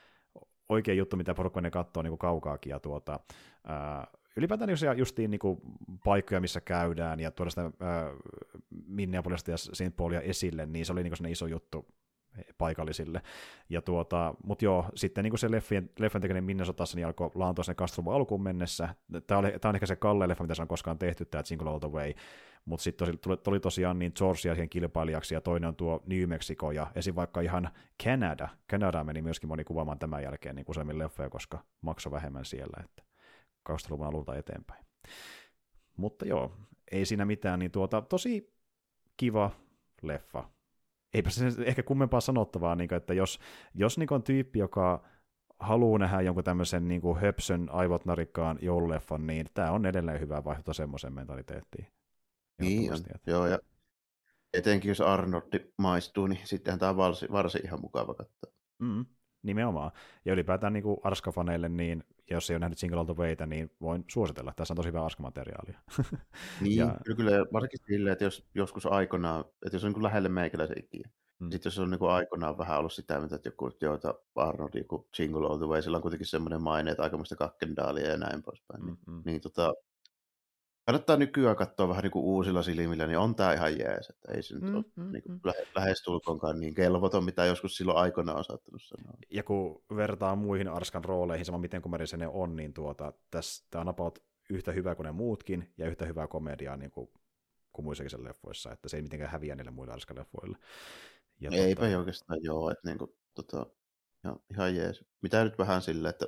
Oikea juttu, mitä porukka ne katsoo niin kuin kaukaakin. Ja tuota, ää, ylipäätään justiin niin kuin paikkoja, missä käydään, ja tuoda sitä ää, Minneapolista ja Saint Paulia esille, niin se oli niin kuin iso juttu paikallisille. Ja tuota, mutta joo, sitten niin se leffien, leffan tekeminen Minnesotassa niin alkoi laantua sinne kaksikymmentäluvun alkuun mennessä. Tämä, oli, tämä on ehkä se kallein leffa, mitä se on koskaan tehty, tämä Jingle All the Way. Mutta sitten tuli, tuli tosiaan niin Georgia siihen kilpailijaksi, ja toinen on tuo New Mexico, ja esim. Vaikka ihan Canada. Canada meni myöskin moni kuvaamaan tämän jälkeen niin useammin leffoja, koska maksoi vähemmän siellä, että kaksikymmentäluvun alulta eteenpäin. Mutta joo, ei siinä mitään, niin tuota, tosi kiva leffa. Eipä se ehkä kummempaa sanottavaa, niin kuin, että jos, jos niin kuin on tyyppi, joka haluaa nähdä jonkun tämmöisen niin kuin höpsön aivot narikkaan joululeffan, niin tämä on edelleen hyvä vaihtoehto semmoiseen mentaliteettiin. Niin on, joo, ja etenkin jos Arnoldi maistuu, niin sittenhän tämä on varsin, varsin ihan mukava katsoa. Mm, nimenomaan. Ja ylipäätään niin kuin Arska-faneille, niin jos ei ole nähnyt Jingle All the Wayta, niin voin suositella. Tässä on tosi hyvää Arska-materiaalia. Niin, ja... kyllä, kyllä varsinkin silleen, että jos joskus aikanaan, että jos on niin lähelle meikäläisen ikiä, mm. sitten jos on niin aikanaan vähän ollut sitä, että joku joita Arnoldi, joku Jingle All the Way, sillä on kuitenkin semmoinen maine, että aikamoista kakkendaalia ja näin poispäin. Mm, mm. Niin tota, kannattaa nykyään katsoa vähän niin kuin uusilla silmillä, niin on tämä ihan jees, että ei se nyt mm, ole mm, niin kuin mm. lähestulkoonkaan niin kelvoton, mitä joskus silloin aikoinaan on saattanut sanoa. Ja kun vertaa muihin Arskan rooleihin, sama miten komedisia ne on, niin tuota, tämä on about yhtä hyvä kuin ne muutkin, ja yhtä hyvää komediaa niin kuin, kuin muissakin sen leffoissa, että se ei mitenkään häviä niille muille Arskan leffoille. Ja Eipä tota... oikeastaan joo, että niin kuin, tota, ihan jees. Mitä nyt vähän silleen, että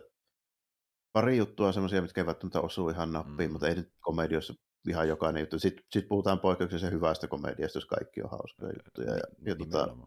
pari juttua on semmoisia, mitkä ei välttämättä osu ihan nappiin, mm. mutta ei nyt komediossa ihan jokainen juttu. Sitten, sitten puhutaan poikkeuksellisen hyvästä komediasta, jos kaikki on hauskoja juttuja. Ja, ja, tota,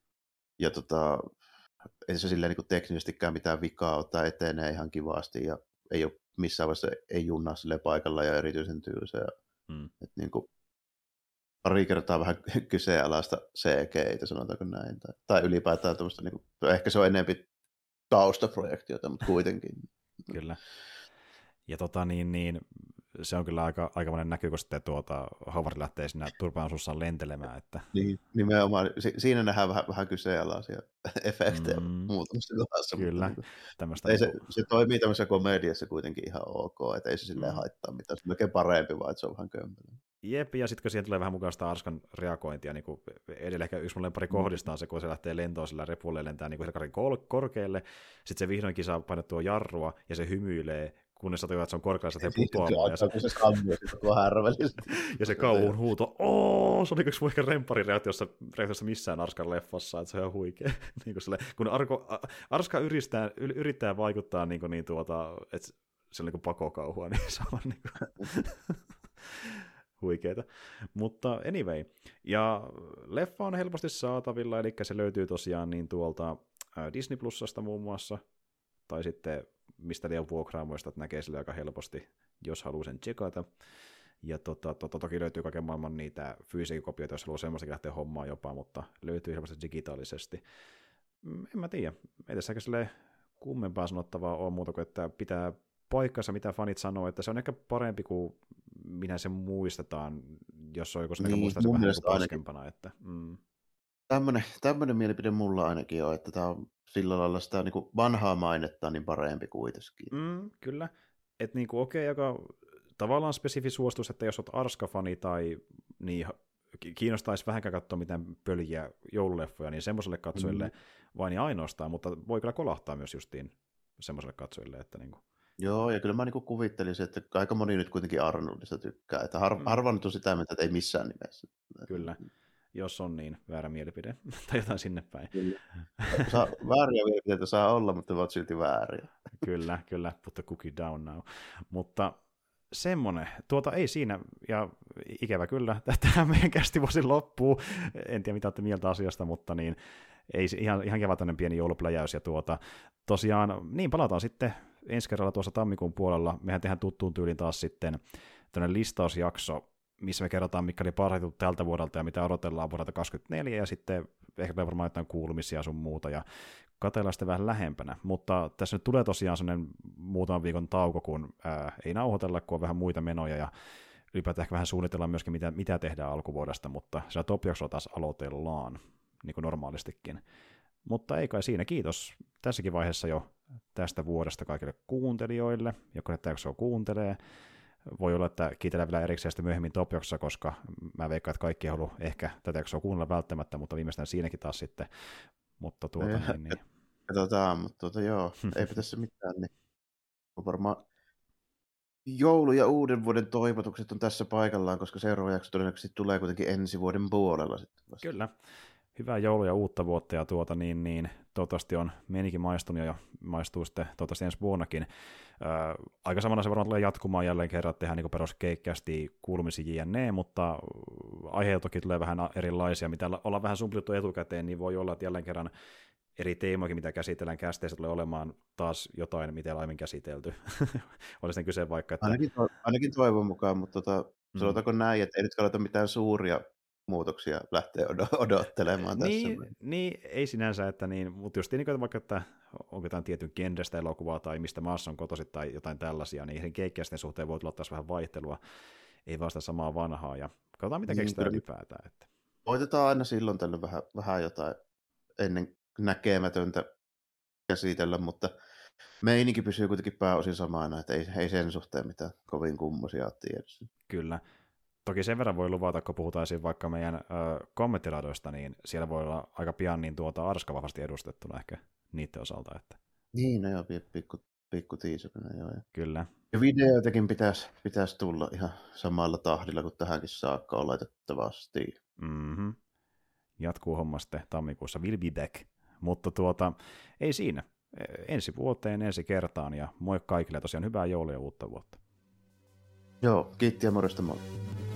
ja tota, ei se silleen niin teknisestikään mitään vikaa ole, tai etenee ihan kivasti, ja ei ole missään vaiheessa ei junnaa silleen paikalla ja erityisen tylsä. Mm. Että niin kuin, pari kertaa vähän kyseenalaista C G-itä, sanotaanko näin. Tai, tai ylipäätään tämmöistä, niin kuin, ehkä se on enemmän taustaprojektiota, mutta kuitenkin. Kyllä. Ja tota niin, niin se on kyllä aika, aikamoinen näky, kun sitten tuota, Howard lähtee siinä turpaansuussaan lentelemään. Että... Niin, nimenomaan. Si- siinä nähdään vähän, vähän kyseenalaisia efektejä mm, muutamassa kohdassa. Kyllä. Mutta, ei se, se toimii tämmöisessä komediassa kuitenkin ihan ok, että ei se silleen mm. haittaa mitään. Se on melkein parempi, vaan että se on vähän kömpelä. Jep, ja sitten kun siihen tulee vähän mukaan sitä Arskan reagointia, niin kuin edelleen ehkä yksi mun pari kohdistaan se, kun se lähtee lentoon sillä repulle lentää niin helkarin korkealle, sitten se vihdoinkin saa painettua jarrua, ja se hymyilee, kunnes toivat, että se on korkealla, että he putoamaan. Ja se, se sammuu ja se kauhun huuto, ooo, se on niin kuin ehkä rempari reaktiossa, reaktiossa missään Arskan leffassa, että se on ihan huikea. niin kuin sille, kun Arko, Arska yrittää, yrittää vaikuttaa niin, kuin niin tuota, että se on niin kuin pakokauhua, niin se on niin kuin... huikeeta. Mutta anyway, ja leffa on helposti saatavilla, eli se löytyy tosiaan niin tuolta Disney Plusasta muun muassa, tai sitten mistä liian vuokraamoista, että näkee sille aika helposti, jos haluaa sen tsekata. Ja tota, to, to, toki löytyy kaiken maailman niitä fyysisiä kopioita, jos haluaa semmoistakin lähteä hommaan jopa, mutta löytyy helposti digitaalisesti. En mä tiedä, ei tässä aika silleen kummempaa sanottavaa ole muuta kuin, että pitää paikkansa, mitä fanit sanoo, että se on ehkä parempi kuin minä se muistetaan, jos on joku sen, niin, muistaa se vähän paskempana. Että, mm. tämmöinen, tämmöinen mielipide mulla ainakin on, että tämä on sillä lailla sitä niin kuin vanhaa mainetta niin parempi kuitenkin. Mm, kyllä, että niin kuin okei, okay, joka tavallaan spesifi suostus, että jos olet Arska-fani tai niin, kiinnostaisi vähänkään katsoa mitään pöljiä joululeffoja, niin semmoiselle katsojille mm. vain ja ainoastaan, mutta voi kyllä kolahtaa myös justiin semmoiselle katsojille, että niin kuin joo, ja kyllä mä niinku kuvittelisin, että aika moni nyt kuitenkin Arnoldista tykkää, että har- mm. harva nyt on sitä mieltä, että ei missään nimessä. Kyllä, jos on niin väärä mielipide, tai jotain sinne päin. Kyllä. Saa, vääriä mielipiteitä saa olla, mutta ne ovat silti vääriä. Kyllä, kyllä, put the cookie down now. Mutta semmoinen, tuota ei siinä, ja ikävä kyllä, tähän meidän kästivuosin loppuu, en tiedä mitä olette mieltä asiasta, mutta niin, ei ihan, ihan kiva tämmöinen pieni joulupläjäys, ja tuota, tosiaan, niin palataan sitten ensi kerralla tuossa tammikuun puolella, mehän tehdään tuttuun tyyliin taas sitten tämmöinen listausjakso, missä me kerrotaan, mikä oli parhaita tältä vuodelta ja mitä odotellaan vuodelta kaksikymmentäneljä, ja sitten ehkä varmaan jotain kuulumisia sun muuta, ja katsellaan sitten vähän lähempänä. Mutta tässä nyt tulee tosiaan sellainen muutaman viikon tauko, kun ää, ei nauhoitella, kun on vähän muita menoja, ja ylipäätään ehkä vähän suunnitellaan myöskin, mitä, mitä tehdään alkuvuodesta, mutta siellä top-jaksolla taas aloitellaan, niin kuin normaalistikin. Mutta ei kai siinä. Kiitos tässäkin vaiheessa jo tästä vuodesta kaikille kuuntelijoille, jotka tätä jaksoa kuuntelee. Voi olla, että kiitellään vielä erikseen sitten myöhemmin top-jaksossa, koska mä veikkaan, että kaikki ei halua ehkä tätä jaksoa kuunnella välttämättä, mutta viimeistään siinäkin taas sitten. Mutta tuota, ja, niin, niin. Katsotaan, mutta tuota, joo, eipä tässä mitään. Niin. On varmaan joulu- ja uuden vuoden toivotukset on tässä paikallaan, koska seuraava jakso todennäköisesti tulee kuitenkin ensi vuoden puolella. Sitten vasta. Kyllä. Hyvää joulua ja uutta vuotta, ja tuota, niin, niin, toivottavasti on menikin maistunut ja maistuu sitten toivottavasti ensi vuonnakin. Ää, aika samana se varmaan tulee jatkumaan jälleen kerran, että tehdään niin peruskeikkästi kuulumisia jne, mutta aiheet toki tulee vähän erilaisia, mitä ollaan vähän sumplittu etukäteen, niin voi olla, että jälleen kerran eri teemoikin, mitä käsitellään kästeistä, tulee olemaan taas jotain, mitä aiemmin käsitelty. Oli sen kyse vaikka, että... Ainakin, to- ainakin toivon mukaan, mutta tota, mm. sanotaanko näin, että ei nyt kannata mitään suuria muutoksia lähtee od- odottelemaan niin, tässä. Niin, ei sinänsä, että niin, mutta just niin vaikka, että onko jotain tietyn genrestä elokuvaa tai mistä maassa on kotoisin tai jotain tällaisia, niin sen keikkäisten suhteen voi tulla taas vähän vaihtelua, ei vasta samaa vanhaa, ja katsotaan mitä niin, keksitään ylipäätään. Että. Voitetaan aina silloin tällöin vähän, vähän jotain ennen näkemätöntä käsitellä, mutta meininki pysyy kuitenkin pääosin samana, että ei, ei sen suhteen mitään kovin kummosia ole tiedossa. Kyllä. Toki sen verran voi luvata, kun puhutaan vaikka meidän ö, kommenttiradoista, niin siellä voi olla aika pian niin tuota Arska vahvasti edustettuna ehkä niiden osalta. Että. Niin, no joo, pikku, pikku tiisukana, joo. Kyllä. Ja videoitakin pitäisi, pitäisi tulla ihan samalla tahdilla kuin tähänkin saakka oletettavasti. Mm-hmm. Jatkuu homma sitten tammikuussa, will be back. Mutta tuota, ei siinä. Ensi vuoteen, ensi kertaan, ja moi kaikille, tosiaan hyvää joulua ja uutta vuotta. Joo, kiitti ja morjesta moi.